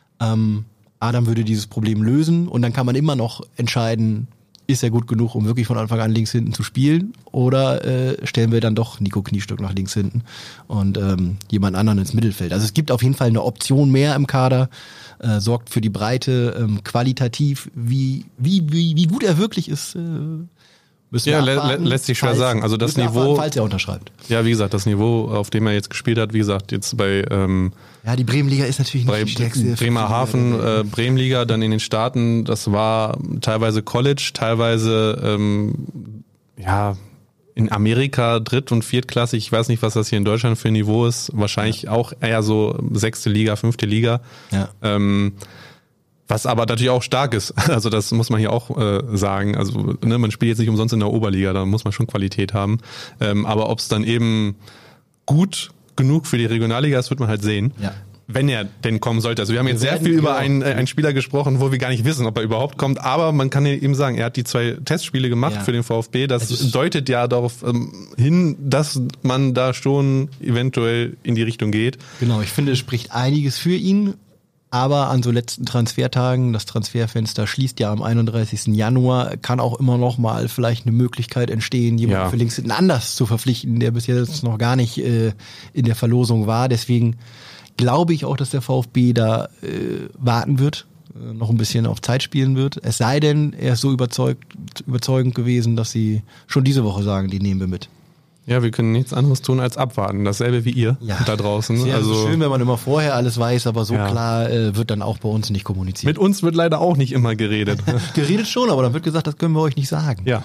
Adam würde dieses Problem lösen und dann kann man immer noch entscheiden, ist er gut genug, um wirklich von Anfang an links hinten zu spielen, oder äh, stellen wir dann doch Nico Kniestock nach links hinten und ähm, jemand anderen ins Mittelfeld. Also es gibt auf jeden Fall eine Option mehr im Kader, äh, sorgt für die Breite, ähm, qualitativ, wie, wie, wie, wie gut er wirklich ist, äh, müssen ja, wir abwarten, lä lässt sich schwer falls, sagen. Also das Niveau, Niveau, falls er unterschreibt. Ja, wie gesagt, das Niveau, auf dem er jetzt gespielt hat, wie gesagt, jetzt bei ähm, ja, die Bremenliga ist natürlich nicht bei die stärkste. Bremerhaven, äh, Bremenliga, dann in den Staaten, das war teilweise College, teilweise ähm, ja in Amerika dritt- und viertklassig, ich weiß nicht, was das hier in Deutschland für ein Niveau ist, wahrscheinlich ja. auch eher so sechste Liga, fünfte Liga. Ja. Ähm, was aber natürlich auch stark ist. Also das muss man hier auch äh, sagen. Also ne, man spielt jetzt nicht umsonst in der Oberliga, da muss man schon Qualität haben. Ähm, aber ob es dann eben gut genug für die Regionalliga ist, wird man halt sehen. Ja. Wenn er denn kommen sollte. Also wir haben jetzt wir sehr werden, viel über ja. einen, äh, einen Spieler gesprochen, wo wir gar nicht wissen, ob er überhaupt kommt. Aber man kann ihm sagen, er hat die zwei Testspiele gemacht ja. für den VfB. Das also deutet ja darauf ähm, hin, dass man da schon eventuell in die Richtung geht. Genau, ich finde, es spricht einiges für ihn. Aber an so letzten Transfertagen, das Transferfenster schließt ja am einunddreißigsten Januar, kann auch immer noch mal vielleicht eine Möglichkeit entstehen, jemanden ja. für links hinten anders zu verpflichten, der bis jetzt noch gar nicht äh, in der Verlosung war. Deswegen glaube ich auch, dass der VfB da äh, warten wird, äh, noch ein bisschen auf Zeit spielen wird. Es sei denn, er ist so überzeugt, überzeugend gewesen, dass sie schon diese Woche sagen, die nehmen wir mit. Ja, wir können nichts anderes tun als abwarten. Dasselbe wie ihr Ja. da draußen. Es wäre Also so schön, wenn man immer vorher alles weiß, aber so Ja. klar äh, wird dann auch bei uns nicht kommuniziert. mit uns wird leider auch nicht immer geredet. Geredet schon, aber dann wird gesagt, das können wir euch nicht sagen. Ja.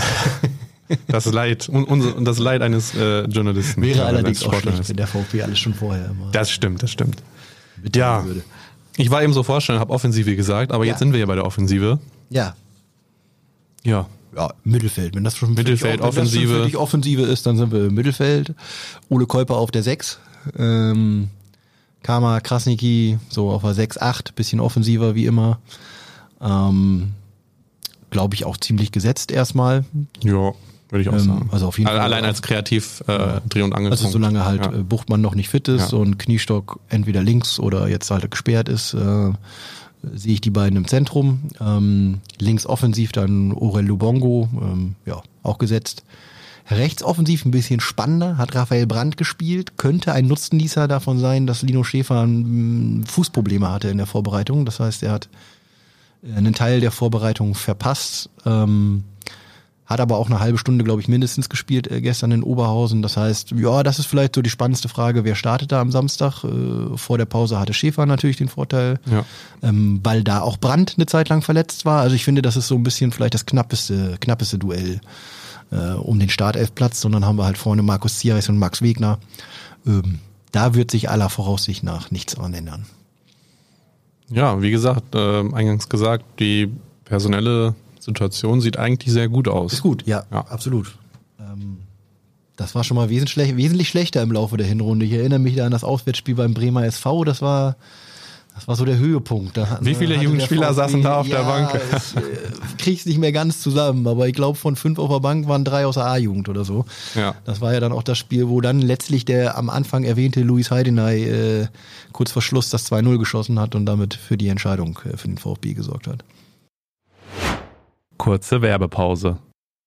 Das Leid und, und das Leid eines äh, Journalisten. Wäre Ja, allerdings eines auch schlecht, Sportjournalisten. wenn der VfB alles schon vorher immer Das stimmt, das stimmt. mitteilen Ja. würde. Ich war eben so vorstellen, habe Offensive gesagt, aber Ja. jetzt sind wir ja bei der Offensive. Ja. Ja. Ja, Mittelfeld. Wenn das schon für Mittelfeld, dich, wenn Offensive. Das schon für dich Offensive ist, dann sind wir im Mittelfeld. Ole Keuper auf der sechs. Ähm, Kama Krasniki so auf der sechs acht, bisschen offensiver wie immer. Ähm, Glaube ich auch ziemlich gesetzt erstmal. Ja, würde ich auch Ähm, sagen. also auf jeden Fall. Allein als Kreativ äh, Dreh- und Angelpunkt. Also solange halt Ja. äh, Buchtmann noch nicht fit ist Ja. und Kniestock entweder links oder jetzt halt gesperrt ist, äh, sehe ich die beiden im Zentrum. Ähm, links offensiv dann Orel Lubongo, ähm, ja, auch gesetzt. Rechts offensiv ein bisschen spannender, hat Raphael Brandt gespielt, könnte ein Nutznießer davon sein, dass Lino Schäfer ähm, Fußprobleme hatte in der Vorbereitung. Das heißt, er hat äh, einen Teil der Vorbereitung verpasst. Ähm, Hat aber auch eine halbe Stunde, glaube ich, mindestens gespielt äh, gestern in Oberhausen. Das heißt, ja, das ist vielleicht so die spannendste Frage, wer startet da am Samstag? Äh, vor der Pause hatte Schäfer natürlich den Vorteil, Ja. ähm, weil da auch Brandt eine Zeit lang verletzt war. Also ich finde, das ist so ein bisschen vielleicht das knappeste, knappeste Duell äh, um den Startelfplatz. Sondern haben wir halt vorne Markus Zierreis und Max Wegner. Ähm, da wird sich aller Voraussicht nach nichts dran ändern. Ja, wie gesagt, äh, eingangs gesagt, die personelle Situation sieht eigentlich sehr gut aus. Ist gut, ja, Ja. absolut. Ähm, das war schon mal wesentlich, wesentlich schlechter im Laufe der Hinrunde. Ich erinnere mich da an das Auswärtsspiel beim Bremer S V. Das war, das war so der Höhepunkt. Da hatten, Wie viele hatte Jugendspieler der VfB, saßen da auf ja, der Bank? Ich äh, krieg's nicht mehr ganz zusammen, aber ich glaube, von fünf auf der Bank waren drei aus der A-Jugend oder so. Ja. Das war ja dann auch das Spiel, wo dann letztlich der am Anfang erwähnte Luis Heidenay äh, kurz vor Schluss das zwei null geschossen hat und damit für die Entscheidung äh, für den VfB gesorgt hat. Kurze Werbepause.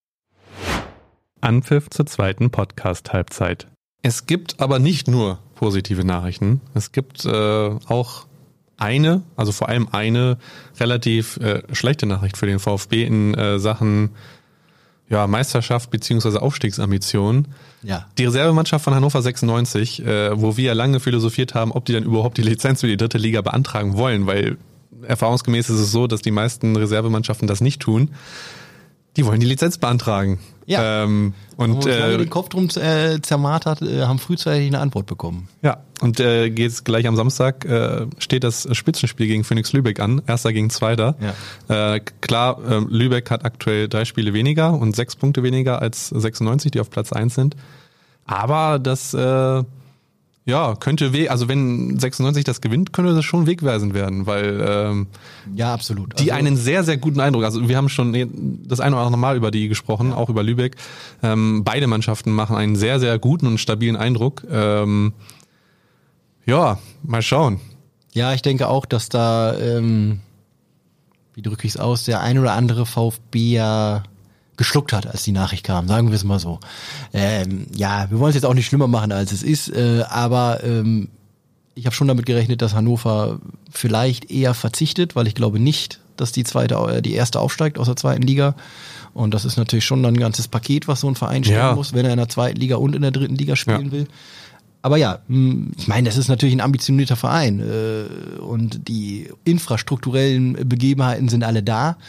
Anpfiff zur zweiten Podcast-Halbzeit. Es gibt aber nicht nur positive Nachrichten. Es gibt äh, auch eine, also vor allem eine relativ äh, schlechte Nachricht für den VfB in äh, Sachen ja, Meisterschaft bzw. Aufstiegsambitionen. Ja. Die Reservemannschaft von Hannover sechsundneunzig, äh, wo wir ja lange philosophiert haben, ob die dann überhaupt die Lizenz für die dritte Liga beantragen wollen, weil erfahrungsgemäß ist es so, dass die meisten Reservemannschaften das nicht tun. Die wollen die Lizenz beantragen. Ja. Ähm, und Und lange äh, den Kopf drum äh, zermartert, äh, haben frühzeitig eine Antwort bekommen. ja, und äh, geht's gleich am Samstag, äh, steht das Spitzenspiel gegen Phoenix Lübeck an, erster gegen zweiter. Ja. Äh, klar, äh, Lübeck hat aktuell drei Spiele weniger und sechs Punkte weniger als sechsundneunzig, die auf Platz eins sind. Aber das äh, ja, könnte weh, also wenn sechsundneunzig das gewinnt, könnte das schon wegweisend werden, weil ähm, Ja, absolut. die Also, einen sehr, sehr guten Eindruck, also wir haben schon das eine oder andere Mal über die gesprochen, auch über Lübeck. Ähm, beide Mannschaften machen einen sehr, sehr guten und stabilen Eindruck. Ähm, ja, mal schauen. Ja, ich denke auch, dass da, ähm, wie drücke ich es aus, der ein oder andere VfB ja geschluckt hat, als die Nachricht kam, sagen wir es mal so. Ähm, ja, wir wollen es jetzt auch nicht schlimmer machen, als es ist, äh, aber ähm, ich habe schon damit gerechnet, dass Hannover vielleicht eher verzichtet, weil ich glaube nicht, dass die zweite, äh, die erste aufsteigt aus der zweiten Liga. Und das ist natürlich schon dann ein ganzes Paket, was so ein Verein stellen Ja. muss, wenn er in der zweiten Liga und in der dritten Liga spielen Ja. will. Aber ja, mh, ich meine, das ist natürlich ein ambitionierter Verein äh, und die infrastrukturellen Begebenheiten sind alle da.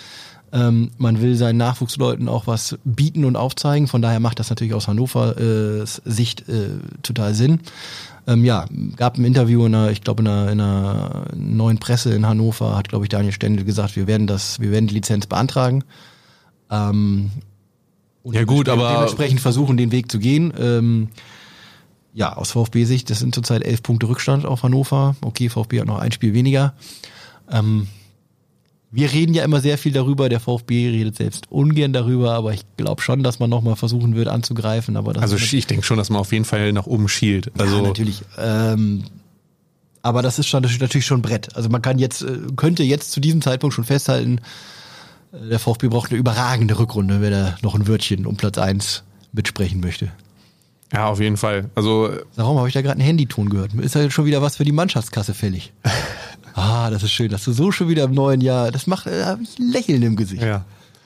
Ähm, man will seinen Nachwuchsleuten auch was bieten und aufzeigen. Von daher macht das natürlich aus Hannover äh, Sicht äh, total Sinn. Ähm, ja, gab ein Interview in einer, ich glaube in einer, in einer neuen Presse in Hannover, hat glaube ich Daniel Stendel gesagt, wir werden das, wir werden die Lizenz beantragen. Ähm, und ja gut, aber dementsprechend versuchen, den Weg zu gehen. Ähm, ja, aus VfB-Sicht, das sind zurzeit elf Punkte Rückstand auf Hannover. Okay, VfB hat noch ein Spiel weniger. Ähm, Wir reden ja immer sehr viel darüber, der VfB redet selbst ungern darüber, aber ich glaube schon, dass man nochmal versuchen wird anzugreifen. Aber das also ich denke schon, dass man auf jeden Fall nach oben schielt. Also ja, natürlich. Ähm, aber das ist schon das ist natürlich schon ein Brett. Also man kann jetzt, könnte jetzt zu diesem Zeitpunkt schon festhalten, der VfB braucht eine überragende Rückrunde, wenn er noch ein Wörtchen um Platz eins mitsprechen möchte. Ja, auf jeden Fall. Also Warum habe ich da gerade einen Handyton gehört? Ist ja schon wieder was für die Mannschaftskasse fällig. Ah, das ist schön, dass du so schon wieder im neuen Jahr, das macht, da habe ich ein Lächeln im Gesicht. Ja,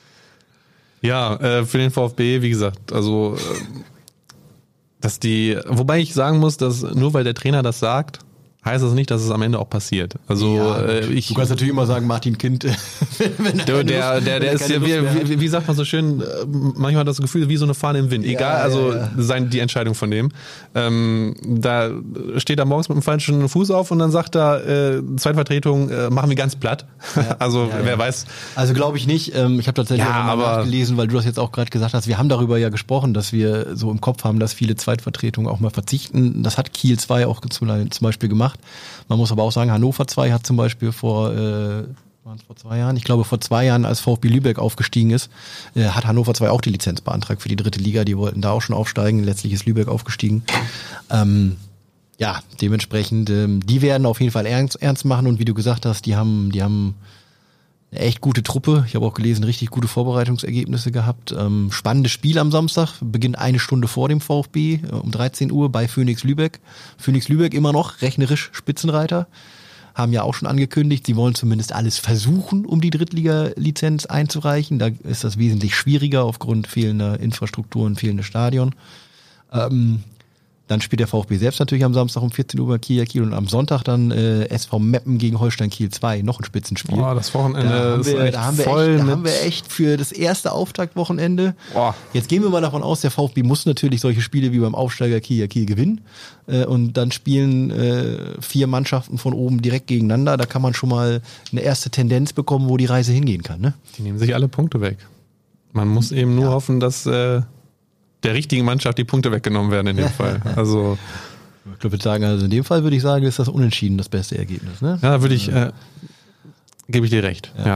ja äh, für den VfB, wie gesagt, also, äh, dass die, wobei ich sagen muss, dass nur weil der Trainer das sagt, heißt das nicht, dass es am Ende auch passiert. Also Ja, äh, ich. du kannst natürlich immer sagen, Martin Kind. wenn er Der, der, keine Lust- der, wenn der er ist keine ja, Lust mehr wie, hat. wie, wie sagt man so schön, äh, manchmal hat das Gefühl, wie so eine Fahne im Wind. Egal, Ja, also ja, ja. sein, die Entscheidung von dem. Ähm, da steht er morgens mit dem falschen Fuß auf und dann sagt er, äh, Zweitvertretung äh, machen wir ganz platt. Ja, also ja, wer ja. weiß. Also glaube ich nicht. Ähm, ich habe tatsächlich Ja, auch noch mal aber- nachgelesen, weil du das jetzt auch gerade gesagt hast. Wir haben darüber ja gesprochen, dass wir so im Kopf haben, dass viele Zweitvertretungen auch mal verzichten. Das hat Kiel zwei auch zum zum Beispiel gemacht. Man muss aber auch sagen, Hannover zwei hat zum Beispiel vor, äh, waren es vor zwei Jahren? Ich glaube vor zwei Jahren, als VfB Lübeck aufgestiegen ist, äh, hat Hannover zwei auch die Lizenz beantragt für die dritte Liga. Die wollten da auch schon aufsteigen. Letztlich ist Lübeck aufgestiegen. Ähm, ja, dementsprechend, ähm, die werden auf jeden Fall ernst, ernst machen und wie du gesagt hast, die haben, die haben eine echt gute Truppe. Ich habe auch gelesen, richtig gute Vorbereitungsergebnisse gehabt. Ähm, spannendes Spiel am Samstag, beginnt eine Stunde vor dem VfB, äh, um dreizehn Uhr bei Phoenix Lübeck. Phoenix Lübeck immer noch rechnerisch Spitzenreiter. Haben ja auch schon angekündigt, sie wollen zumindest alles versuchen, um die Drittliga-Lizenz einzureichen. Da ist das wesentlich schwieriger aufgrund fehlender Infrastruktur und fehlender Stadion. Ähm, Dann spielt der VfB selbst natürlich am Samstag um vierzehn Uhr bei Kiel Kiel und am Sonntag dann äh, S V Meppen gegen Holstein Kiel zwei, noch ein Spitzenspiel. Boah, das Wochenende da haben ist wir, echt da haben wir voll echt, da mit- haben wir echt für das erste Auftaktwochenende. Boah. Jetzt gehen wir mal davon aus, der VfB muss natürlich solche Spiele wie beim Aufsteiger Kiel Kiel gewinnen. Äh, und dann spielen äh, vier Mannschaften von oben direkt gegeneinander. Da kann man schon mal eine erste Tendenz bekommen, wo die Reise hingehen kann. Ne? Die nehmen sich alle Punkte weg. Man muss eben nur Ja. hoffen, dass äh, der richtigen Mannschaft die Punkte weggenommen werden in dem Fall. Also Ich glaube, ich sagen, also in dem Fall würde ich sagen, ist das Unentschieden das beste Ergebnis. Ne? ja, würde ich, äh, gebe ich dir recht. Ja. Ja,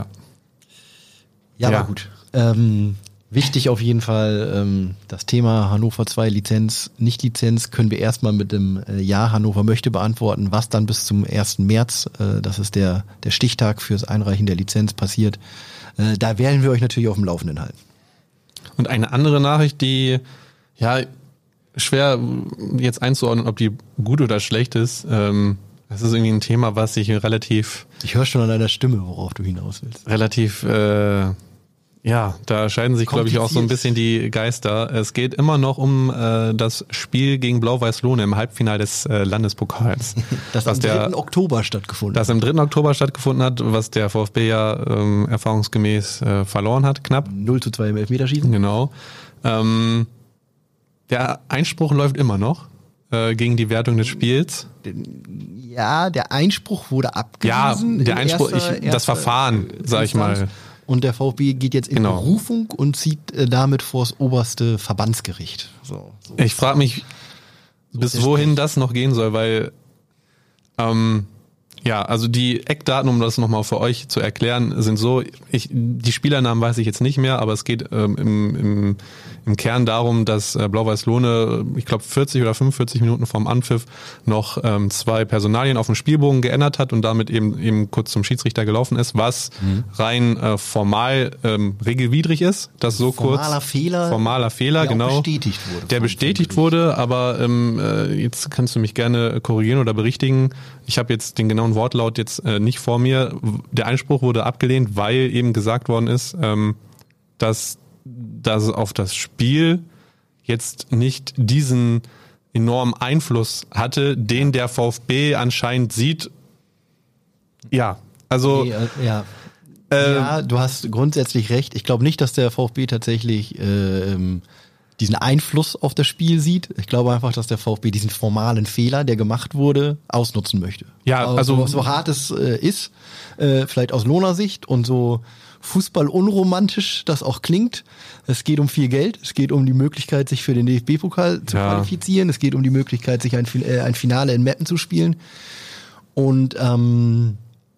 Ja. aber gut. Ähm, wichtig auf jeden Fall, ähm, das Thema Hannover zwei Lizenz, Nicht-Lizenz können wir erstmal mit dem äh, Ja, Hannover möchte beantworten, was dann bis zum ersten März, äh, das ist der, der Stichtag fürs Einreichen der Lizenz passiert. Äh, da werden wir euch natürlich auf dem Laufenden halten. Und eine andere Nachricht, die ja schwer jetzt einzuordnen, ob die gut oder schlecht ist. Ähm, das ist irgendwie ein Thema, was sich relativ, Ich höre schon an deiner Stimme, worauf du hinaus willst. relativ, äh, ja, da scheiden sich, glaube ich, auch so ein Kompliziert. bisschen die Geister. Es geht immer noch um äh, das Spiel gegen Blau-Weiß-Lohne im Halbfinale des äh, Landespokals. Das was am der- dritten Oktober stattgefunden Das im dritten Oktober stattgefunden hat, was der VfB ja ähm, erfahrungsgemäß äh, verloren hat, knapp. null zu zwei im Elfmeterschießen. Genau. Ähm, der Einspruch läuft immer noch äh, gegen die Wertung des Spiels. Ja, der Einspruch wurde Ja, abgewiesen. der in Einspruch, erster- ich, das erster Verfahren, sag ich Instanz. mal. Und der VfB geht jetzt in Genau. Berufung und zieht äh, damit vors oberste Verbandsgericht. So, so. Ich frage mich, So bis ist der wohin Sprech. das noch gehen soll, weil ähm, ja, also die Eckdaten, um das nochmal für euch zu erklären, sind so, ich, die Spielernamen weiß ich jetzt nicht mehr, aber es geht ähm, im, im, im Kern darum, dass äh, Blau-Weiß-Lohne, ich glaube vierzig oder fünfundvierzig Minuten vorm Anpfiff noch ähm, zwei Personalien auf dem Spielbogen geändert hat und damit eben eben kurz zum Schiedsrichter gelaufen ist, was Mhm. rein äh, formal ähm, regelwidrig ist, das so Formaler kurz Fehler, formaler Fehler, der auch genau, bestätigt wurde der vom- bestätigt vom wurde, aber ähm, äh, jetzt kannst du mich gerne korrigieren oder berichtigen. Ich habe jetzt den genauen Wortlaut jetzt äh, nicht vor mir. Der Einspruch wurde abgelehnt, weil eben gesagt worden ist, ähm, dass, dass auf das Spiel jetzt nicht diesen enormen Einfluss hatte, den der VfB anscheinend sieht. Ja, also Nee, äh, ja. Ähm, ja, du hast grundsätzlich recht. Ich glaube nicht, dass der VfB tatsächlich äh, diesen Einfluss auf das Spiel sieht. Ich glaube einfach, dass der VfB diesen formalen Fehler, der gemacht wurde, ausnutzen möchte. Ja, also so, so hart es äh, ist, äh, vielleicht aus Lohner Sicht und so Fußball unromantisch das auch klingt. Es geht um viel Geld, es geht um die Möglichkeit, sich für den D F B-Pokal zu Ja. qualifizieren, es geht um die Möglichkeit, sich ein, äh, ein Finale in Meppen zu spielen. Und ähm,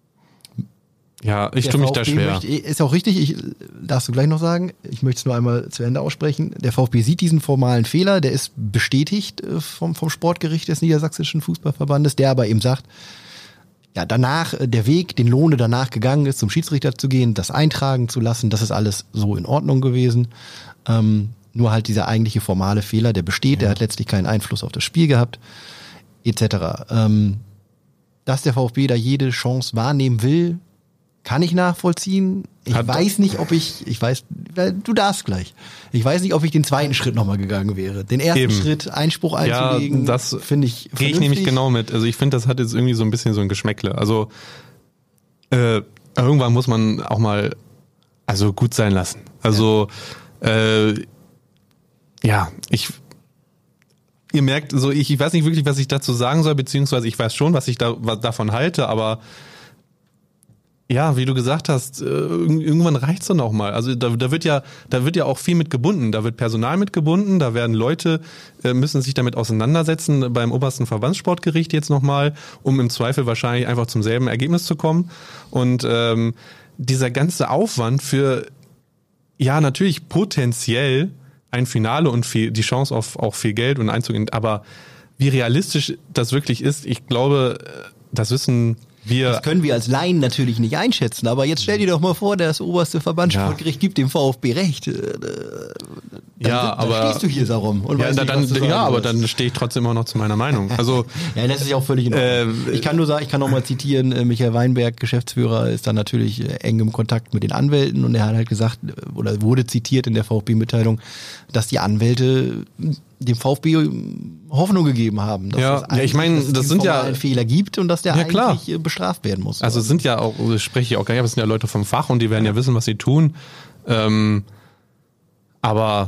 ja, ich der tue mich da VfB schwer. Möchte, ist auch richtig, ich, darfst du gleich noch sagen, ich möchte es nur einmal zu Ende aussprechen. Der VfB sieht diesen formalen Fehler, der ist bestätigt äh, vom, vom Sportgericht des Niedersächsischen Fußballverbandes, der aber eben sagt, ja, danach, äh, der Weg, den Lohne danach gegangen ist, zum Schiedsrichter zu gehen, das eintragen zu lassen, das ist alles so in Ordnung gewesen. Ähm, nur halt dieser eigentliche formale Fehler, der besteht, der hat letztlich keinen Einfluss auf das Spiel gehabt, et cetera. Ähm, dass der VfB da jede Chance wahrnehmen will, kann ich nachvollziehen. Ich Hat- weiß nicht, ob ich, ich weiß, weil du darfst gleich. Ich weiß nicht, ob ich den zweiten Schritt nochmal gegangen wäre. Den ersten Eben. Schritt, Einspruch einzulegen, Ja, das finde ich Gehe ich vernünftig. nämlich genau mit. Also ich finde, das hat jetzt irgendwie so ein bisschen so ein Geschmäckle. Also äh, irgendwann muss man auch mal also gut sein lassen. Also äh, ja, ich ihr merkt, so ich, ich weiß nicht wirklich, was ich dazu sagen soll, beziehungsweise ich weiß schon, was ich da was davon halte, aber ja, wie du gesagt hast, äh, irg- irgendwann reicht's dann auch mal. Also da, da wird ja, da wird ja auch viel mit gebunden. Da wird Personal mit gebunden. Da werden Leute äh, müssen sich damit auseinandersetzen beim obersten Verbandssportgericht jetzt nochmal, um im Zweifel wahrscheinlich einfach zum selben Ergebnis zu kommen. Und ähm, dieser ganze Aufwand für ja natürlich potenziell ein Finale und viel, die Chance auf auch viel Geld und Einzug in, aber wie realistisch das wirklich ist, ich glaube, das wissen wir. Das können wir als Laien natürlich nicht einschätzen, aber jetzt stell dir doch mal vor, das oberste Verbandssportgericht gibt dem VfB recht. Äh, Dann, Ja, dann aber stehst du hier so rum. Und Ja, weißt da, nicht, dann, was du sagen ja, aber sollst. dann stehe ich trotzdem immer noch zu meiner Meinung. Also Ja, das ist ja auch völlig in Ordnung. Äh, ich kann nur sagen, ich kann noch mal zitieren, äh, Michael Weinberg, Geschäftsführer, ist dann natürlich äh, eng im Kontakt mit den Anwälten und er hat halt gesagt, äh, oder wurde zitiert in der VfB-Mitteilung, dass die Anwälte äh, dem VfB Hoffnung gegeben haben, dass Ja, es ja, ich eigentlich- meine, dass es das diesen sind ja- formalen Fehler gibt und dass der Ja, klar. eigentlich äh, bestraft werden muss. Also es sind ja auch, das spreche ich auch gar nicht, aber es sind ja Leute vom Fach und die werden ja wissen, was sie tun. Ähm, aber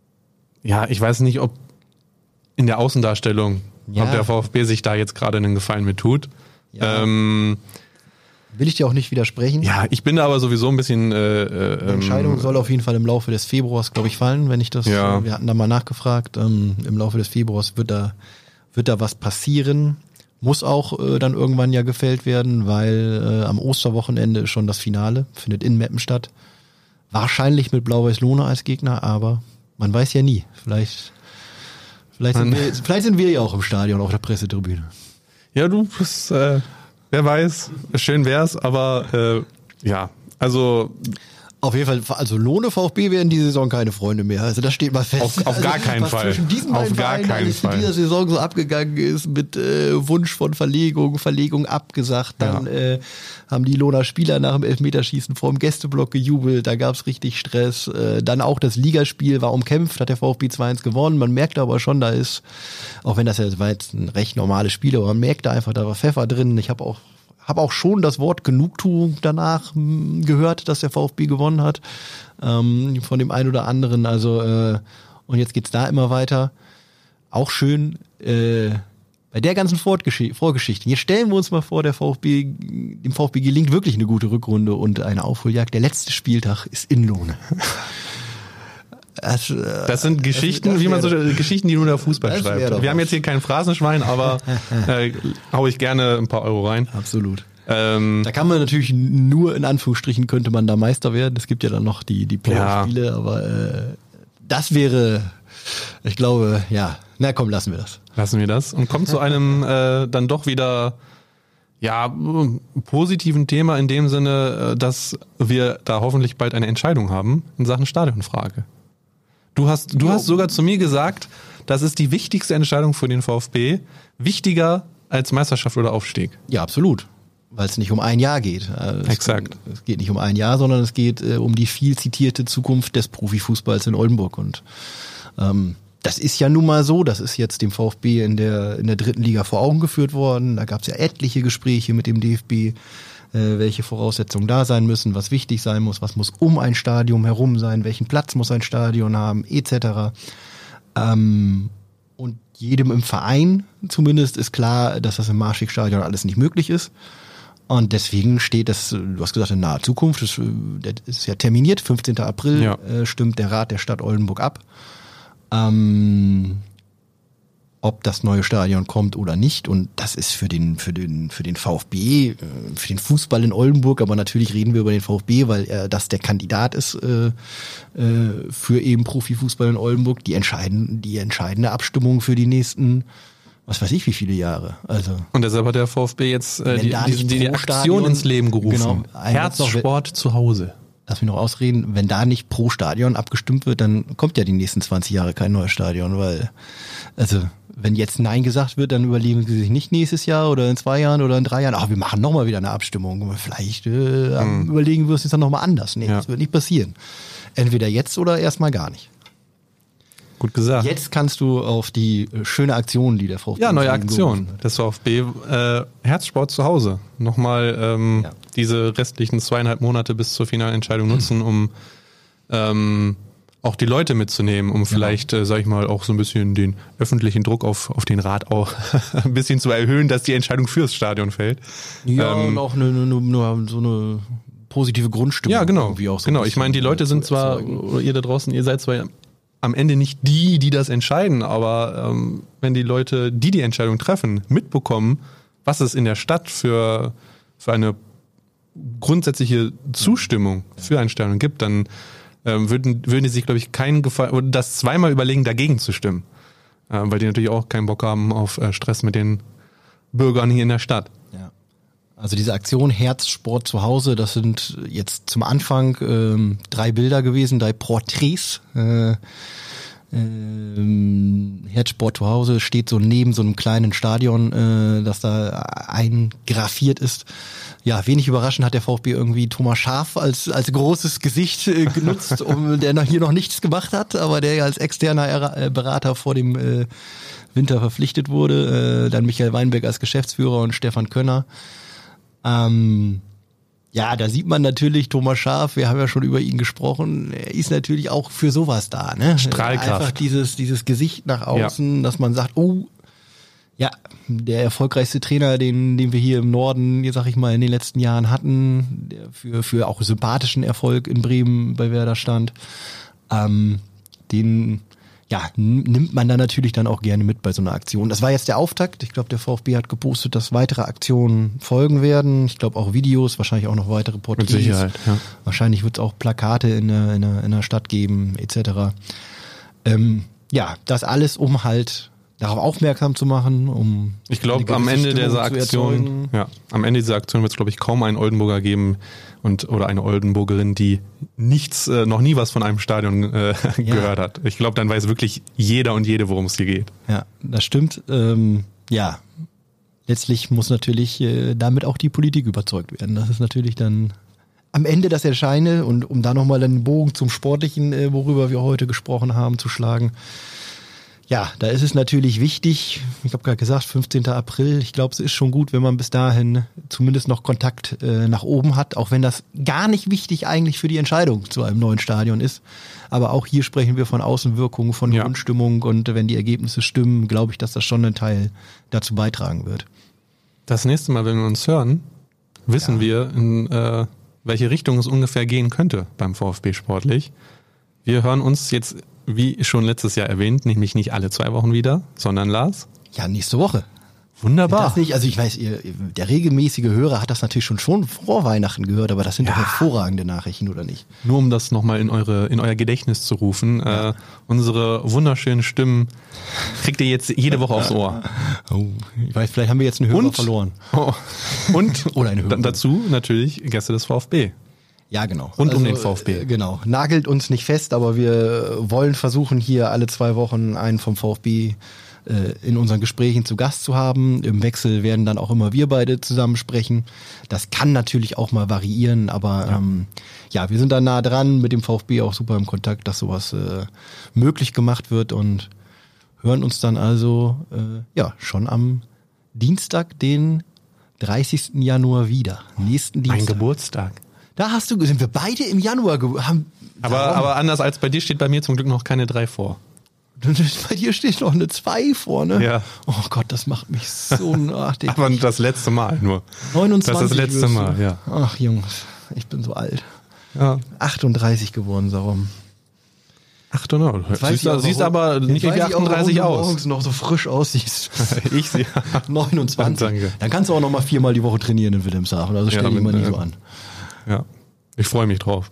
ja, ich weiß nicht, ob in der Außendarstellung, Ja. ob der VfB sich da jetzt gerade einen Gefallen mit tut. Ja. Ähm, Will ich dir auch nicht widersprechen. ja, ich bin da aber sowieso ein bisschen äh, Die äh, Entscheidung ähm, soll auf jeden Fall im Laufe des Februars, glaube ich, fallen, wenn ich das, Ja. wir hatten da mal nachgefragt, ähm, im Laufe des Februars wird da, wird da was passieren. Muss auch äh, dann irgendwann ja gefällt werden, weil äh, am Osterwochenende ist schon das Finale, findet in Meppen statt. Wahrscheinlich mit Blau-Weiß Lohne als Gegner, aber man weiß ja nie. Vielleicht, vielleicht, sind Man- wir, vielleicht sind wir ja auch im Stadion auf der Pressetribüne. Ja, du bist, äh, wer weiß, schön wär's, aber äh, ja, also Auf jeden Fall, also Lohne VfB werden diese Saison keine Freunde mehr. Also das steht mal fest. Auf- auf also, gar keinen was Fall. Zwischen diesen Auf beiden gar Vereinen keinen alles in Fall. dieser Saison so abgegangen ist mit äh, Wunsch von Verlegung, Verlegung abgesagt. Dann Ja. äh, haben die Lohner Spieler nach dem Elfmeterschießen vor dem Gästeblock gejubelt. Da gab's richtig Stress. Äh, dann auch das Ligaspiel war umkämpft, hat der VfB zwei eins gewonnen. Man merkt aber schon, da ist, auch wenn das ja das war jetzt ein recht normales Spiel, aber man merkt da einfach, da war Pfeffer drin. Ich habe auch habe auch schon das Wort Genugtuung danach mh, gehört, dass der VfB gewonnen hat, ähm, von dem einen oder anderen. Also äh, und jetzt geht's da immer weiter. Auch schön äh, bei der ganzen Vorgeschichte, Vorgeschichte. Jetzt stellen wir uns mal vor, der VfB, dem VfB gelingt wirklich eine gute Rückrunde und eine Aufholjagd. Der letzte Spieltag ist in Lohne. Das, äh, das sind Geschichten, das wie man so wäre- Geschichten, die nur der Fußball das wäre schreibt. doch Wir haben was. jetzt hier kein Phrasenschwein, aber äh, hau ich gerne ein paar Euro rein. Absolut. Ähm, Da kann man natürlich nur, in Anführungsstrichen, könnte man da Meister werden. Es gibt ja dann noch die, die Playoff-Spiele, aber äh, das wäre, ich glaube, ja, na komm, lassen wir das. Lassen wir das und kommen zu einem äh, dann doch wieder ja positiven Thema in dem Sinne, äh, dass wir da hoffentlich bald eine Entscheidung haben in Sachen Stadionfrage. Du hast du Jo. hast sogar zu mir gesagt, das ist die wichtigste Entscheidung für den VfB, wichtiger als Meisterschaft oder Aufstieg. Ja, absolut. Weil es nicht um ein Jahr geht. Äh, Es, Exakt. Es geht nicht um ein Jahr, sondern es geht äh, um die viel zitierte Zukunft des Profifußballs in Oldenburg. Und ähm, das ist ja nun mal so, das ist jetzt dem VfB in der, in der dritten Liga vor Augen geführt worden. Da gab es ja etliche Gespräche mit dem D F B. äh, welche Voraussetzungen da sein müssen, was wichtig sein muss, was muss um ein Stadion herum sein, welchen Platz muss ein Stadion haben, et cetera. Ähm, und jedem im Verein zumindest ist klar, dass das im Marschwegstadion alles nicht möglich ist. Und deswegen steht das, du hast gesagt, in naher Zukunft, das, das ist ja terminiert, fünfzehnten April ja. äh, stimmt der Rat der Stadt Oldenburg ab. Ähm, ob das neue Stadion kommt oder nicht. Und das ist für den, für den, für den VfB, für den Fußball in Oldenburg, aber natürlich reden wir über den VfB, weil er das der Kandidat ist äh, äh, für eben Profifußball in Oldenburg, die entscheiden, die entscheidende Abstimmung für die nächsten, was weiß ich, wie viele Jahre. Also und deshalb hat der VfB jetzt äh, die, die, die, die Aktion Stadion, ins Leben gerufen. Genau, Herzsport zu Hause. Lass mich noch ausreden, wenn da nicht pro Stadion abgestimmt wird, dann kommt ja die nächsten zwanzig Jahre kein neues Stadion, weil, also, wenn jetzt Nein gesagt wird, dann überlegen sie sich nicht nächstes Jahr oder in zwei Jahren oder in drei Jahren, ach, wir machen nochmal wieder eine Abstimmung. Vielleicht äh, hm. überlegen wir es jetzt dann nochmal anders. Nee, ja. Das wird nicht passieren. Entweder jetzt oder erstmal gar nicht. Gut gesagt. Jetzt kannst du auf die schöne Aktion, die der VfB... Ja, neue Aktion des VfB. Äh, Herzsport zu Hause. Nochmal ähm, ja. diese restlichen zweieinhalb Monate bis zur Finalentscheidung nutzen, um ähm, auch die Leute mitzunehmen, um vielleicht, ja. äh, sag ich mal, auch so ein bisschen den öffentlichen Druck auf, auf den Rat auch ein bisschen zu erhöhen, dass die Entscheidung fürs Stadion fällt. Ja, ähm, und auch eine, eine, eine, so eine positive Grundstimmung. Ja, genau. Auch so genau. Ich meine, die Leute sind zwar, oder ihr da draußen, ihr seid zwar am Ende nicht die, die das entscheiden, aber ähm, wenn die Leute, die die Entscheidung treffen, mitbekommen, was es in der Stadt für, für eine grundsätzliche Zustimmung für ein Stadion gibt, dann ähm, würden, würden die sich, glaube ich, keinen Gefallen, oder das zweimal überlegen, dagegen zu stimmen. Äh, weil die natürlich auch keinen Bock haben auf äh, Stress mit den Bürgern hier in der Stadt. Ja. Also diese Aktion Herzsport zu Hause, das sind jetzt zum Anfang ähm, drei Bilder gewesen, drei Porträts. Äh, ähm, Herzsport zu Hause steht so neben so einem kleinen Stadion, äh, das da eingrafiert ist. Ja, wenig überraschend hat der VfB irgendwie Thomas Schaaf als als großes Gesicht äh, genutzt, um der noch hier noch nichts gemacht hat, aber der ja als externer Era- Berater vor dem äh, Winter verpflichtet wurde. Äh, dann Michael Weinberg als Geschäftsführer und Stefan Könner. Ähm, ja, da sieht man natürlich Thomas Schaaf, wir haben ja schon über ihn gesprochen, er ist natürlich auch für sowas da, ne? Strahlkraft. Einfach dieses, dieses Gesicht nach außen, ja. Dass man sagt, oh, ja, der erfolgreichste Trainer, den, den wir hier im Norden, sag ich mal, in den letzten Jahren hatten, der für, für auch sympathischen Erfolg in Bremen bei Werder stand, ähm, den, ja, nimmt man dann natürlich dann auch gerne mit bei so einer Aktion. Das war jetzt der Auftakt. Ich glaube, der VfB hat gepostet, dass weitere Aktionen folgen werden. Ich glaube auch Videos, wahrscheinlich auch noch weitere Porträts. Mit Sicherheit, ja. Wahrscheinlich wird es auch Plakate in der, in der, in der Stadt geben, et cetera. Ähm, ja, das alles, um halt darauf aufmerksam zu machen, um ich glaube, am Ende dieser Aktion, ja, am Ende dieser Aktion wird es, glaube ich, kaum einen Oldenburger geben und oder eine Oldenburgerin, die nichts, äh, noch nie was von einem Stadion äh, ja. gehört hat. Ich glaube, dann weiß wirklich jeder und jede, worum es hier geht. Ja, das stimmt. Ähm, ja, letztlich muss natürlich äh, damit auch die Politik überzeugt werden. Das ist natürlich dann am Ende das Entscheidende, und um da nochmal den Bogen zum Sportlichen, äh, worüber wir heute gesprochen haben, zu schlagen. Ja, da ist es natürlich wichtig, ich habe gerade gesagt, fünfzehnten April, ich glaube, es ist schon gut, wenn man bis dahin zumindest noch Kontakt äh, nach oben hat, auch wenn das gar nicht wichtig eigentlich für die Entscheidung zu einem neuen Stadion ist. Aber auch hier sprechen wir von Außenwirkungen, von ja. Grundstimmung, und wenn die Ergebnisse stimmen, glaube ich, dass das schon ein Teil dazu beitragen wird. Das nächste Mal, wenn wir uns hören, wissen ja. wir, in äh, welche Richtung es ungefähr gehen könnte beim VfB sportlich. Wir hören uns jetzt, wie schon letztes Jahr erwähnt, nämlich nicht alle zwei Wochen wieder, sondern Lars? Ja, nächste Woche. Wunderbar. Das nicht, also ich weiß, ihr, der regelmäßige Hörer hat das natürlich schon schon vor Weihnachten gehört, aber das sind ja. doch hervorragende Nachrichten, oder nicht? Nur um das nochmal in eure in euer Gedächtnis zu rufen, ja. äh, unsere wunderschönen Stimmen kriegt ihr jetzt jede Woche aufs Ohr. Oh, ich weiß, vielleicht haben wir jetzt einen Hörer und, verloren. Oh, und oder eine Hörerin. Dazu natürlich Gäste des VfB. Ja, genau. Rund also, um den VfB. Genau. Nagelt uns nicht fest, aber wir wollen versuchen, hier alle zwei Wochen einen vom VfB äh, in unseren Gesprächen zu Gast zu haben. Im Wechsel werden dann auch immer wir beide zusammen sprechen. Das kann natürlich auch mal variieren, aber ja, ähm, ja wir sind da nah dran, mit dem VfB auch super im Kontakt, dass sowas äh, möglich gemacht wird, und hören uns dann also äh, ja schon am Dienstag, den dreißigsten Januar wieder. Nächsten Dienstag. Mein Geburtstag. Da hast du, sind wir beide im Januar. Ge- haben, Aber, aber anders als bei dir steht bei mir zum Glück noch keine drei vor. Bei dir steht noch eine zwei vorne. Ja. Oh Gott, das macht mich so nachdenklich. Aber das letzte Mal nur. neunundzwanzig Das ist das letzte wirst du. Mal, ja. Ach Jungs, ich bin so alt. Ja. achtunddreißig geworden, Sarum. achtunddreißig. Jetzt weiß Siehst, ich auch, siehst warum- aber jetzt nicht wie weiß ich auch, achtunddreißig warum du aus. morgens noch so frisch aussiehst. Ich sehe. neunundzwanzig. Danke. Dann kannst du auch noch mal viermal die Woche trainieren in Wilhelmshaven. Also stell Ja, dich mal mit, nicht äh, so an. Ja. Ich freue mich drauf.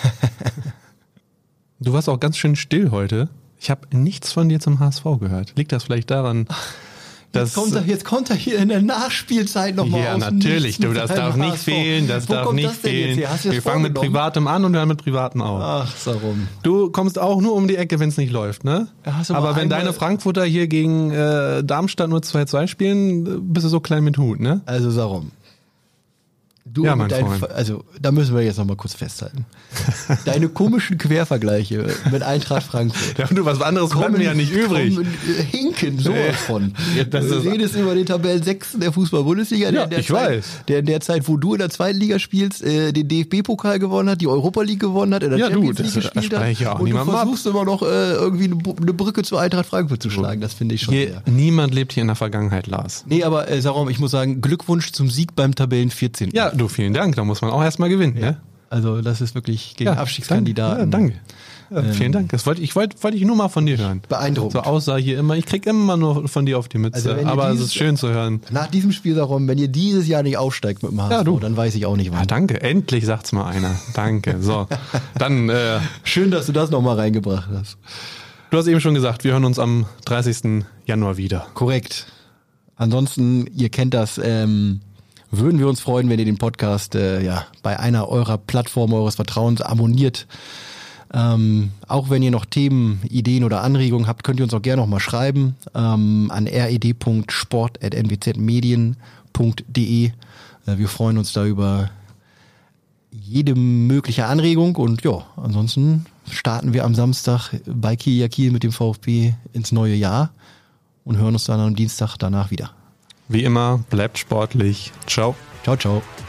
Du warst auch ganz schön still heute. Ich habe nichts von dir zum H S V gehört. Liegt das vielleicht daran, dass... Jetzt kommt, er, jetzt kommt er hier in der Nachspielzeit nochmal Ja, aus dem natürlich. Nichts Du, mit das seinem darf nicht H S V. fehlen. Das Wo darf kommt nicht das denn jetzt fehlen. her? Hast du das Wir fangen mit vorgenommen? Privatem an und hören mit Privatem auf. Ach, Sarum. Du kommst auch nur um die Ecke, wenn es nicht läuft, ne? Ja, hast du mal Aber wenn einmal- deine Frankfurter hier gegen äh, Darmstadt nur zwei zwei spielen, bist du so klein mit Hut, ne? Also Sarum. Du Ja, und mein dein, Freund. also da müssen wir jetzt noch mal kurz festhalten. Deine komischen Quervergleiche mit Eintracht Frankfurt. Ja, du, was anderes bleibt mir ja nicht übrig. Kommen, äh, hinken, sowas von. Ja, das du ist- redest über den Tabellensechsten der Fußball-Bundesliga, der, Ja, in der ich Zeit, weiß. der in der Zeit, wo du in der zweiten Liga spielst, äh, den D F B-Pokal gewonnen hat, die Europa League gewonnen hat, in der Ja, du, Champions das- League das gespielt spreche hat. ich auch Und du niemandem ab. versuchst immer noch äh, irgendwie eine, Bu- eine Brücke zur Eintracht Frankfurt zu schlagen. Das finde ich schon Hier, sehr. niemand lebt hier in der Vergangenheit, Lars. Nee, aber äh, Sarum, ich muss sagen, Glückwunsch zum Sieg beim Tabellen vierzehnten Ja, du, vielen Dank. Da muss man auch erstmal gewinnen, Ja. ne? Also das ist wirklich gegen Ja, Abstiegskandidaten. Danke. Ja, danke. Ja, vielen Dank. Das wollte ich wollte wollte ich nur mal von dir hören. Beeindruckend. So aussah hier immer. Ich krieg immer nur von dir auf die Mütze. Also wenn ihr aber es dieses- ist schön zu hören. Nach diesem Spiel darum, wenn ihr dieses Jahr nicht aufsteigt mit dem H S V, Ja, du. dann weiß ich auch nicht Ja, wann. danke. Endlich sagt's mal einer. Danke. So, dann. Äh, Schön, dass du das nochmal reingebracht hast. du hast eben schon gesagt, wir hören uns am dreißigsten Januar wieder. Korrekt. Ansonsten, ihr kennt das, ähm, würden wir uns freuen, wenn ihr den Podcast äh, ja bei einer eurer Plattformen eures Vertrauens abonniert. Ähm, auch wenn ihr noch Themen, Ideen oder Anregungen habt, könnt ihr uns auch gerne noch mal schreiben ähm, an red punkt sport at n w z medien punkt d e. Äh, wir freuen uns da über jede mögliche Anregung und ja, ansonsten starten wir am Samstag bei Kiel Kiel mit dem VfB ins neue Jahr und hören uns dann am Dienstag danach wieder. Wie immer, bleibt sportlich. Ciao. Ciao, ciao.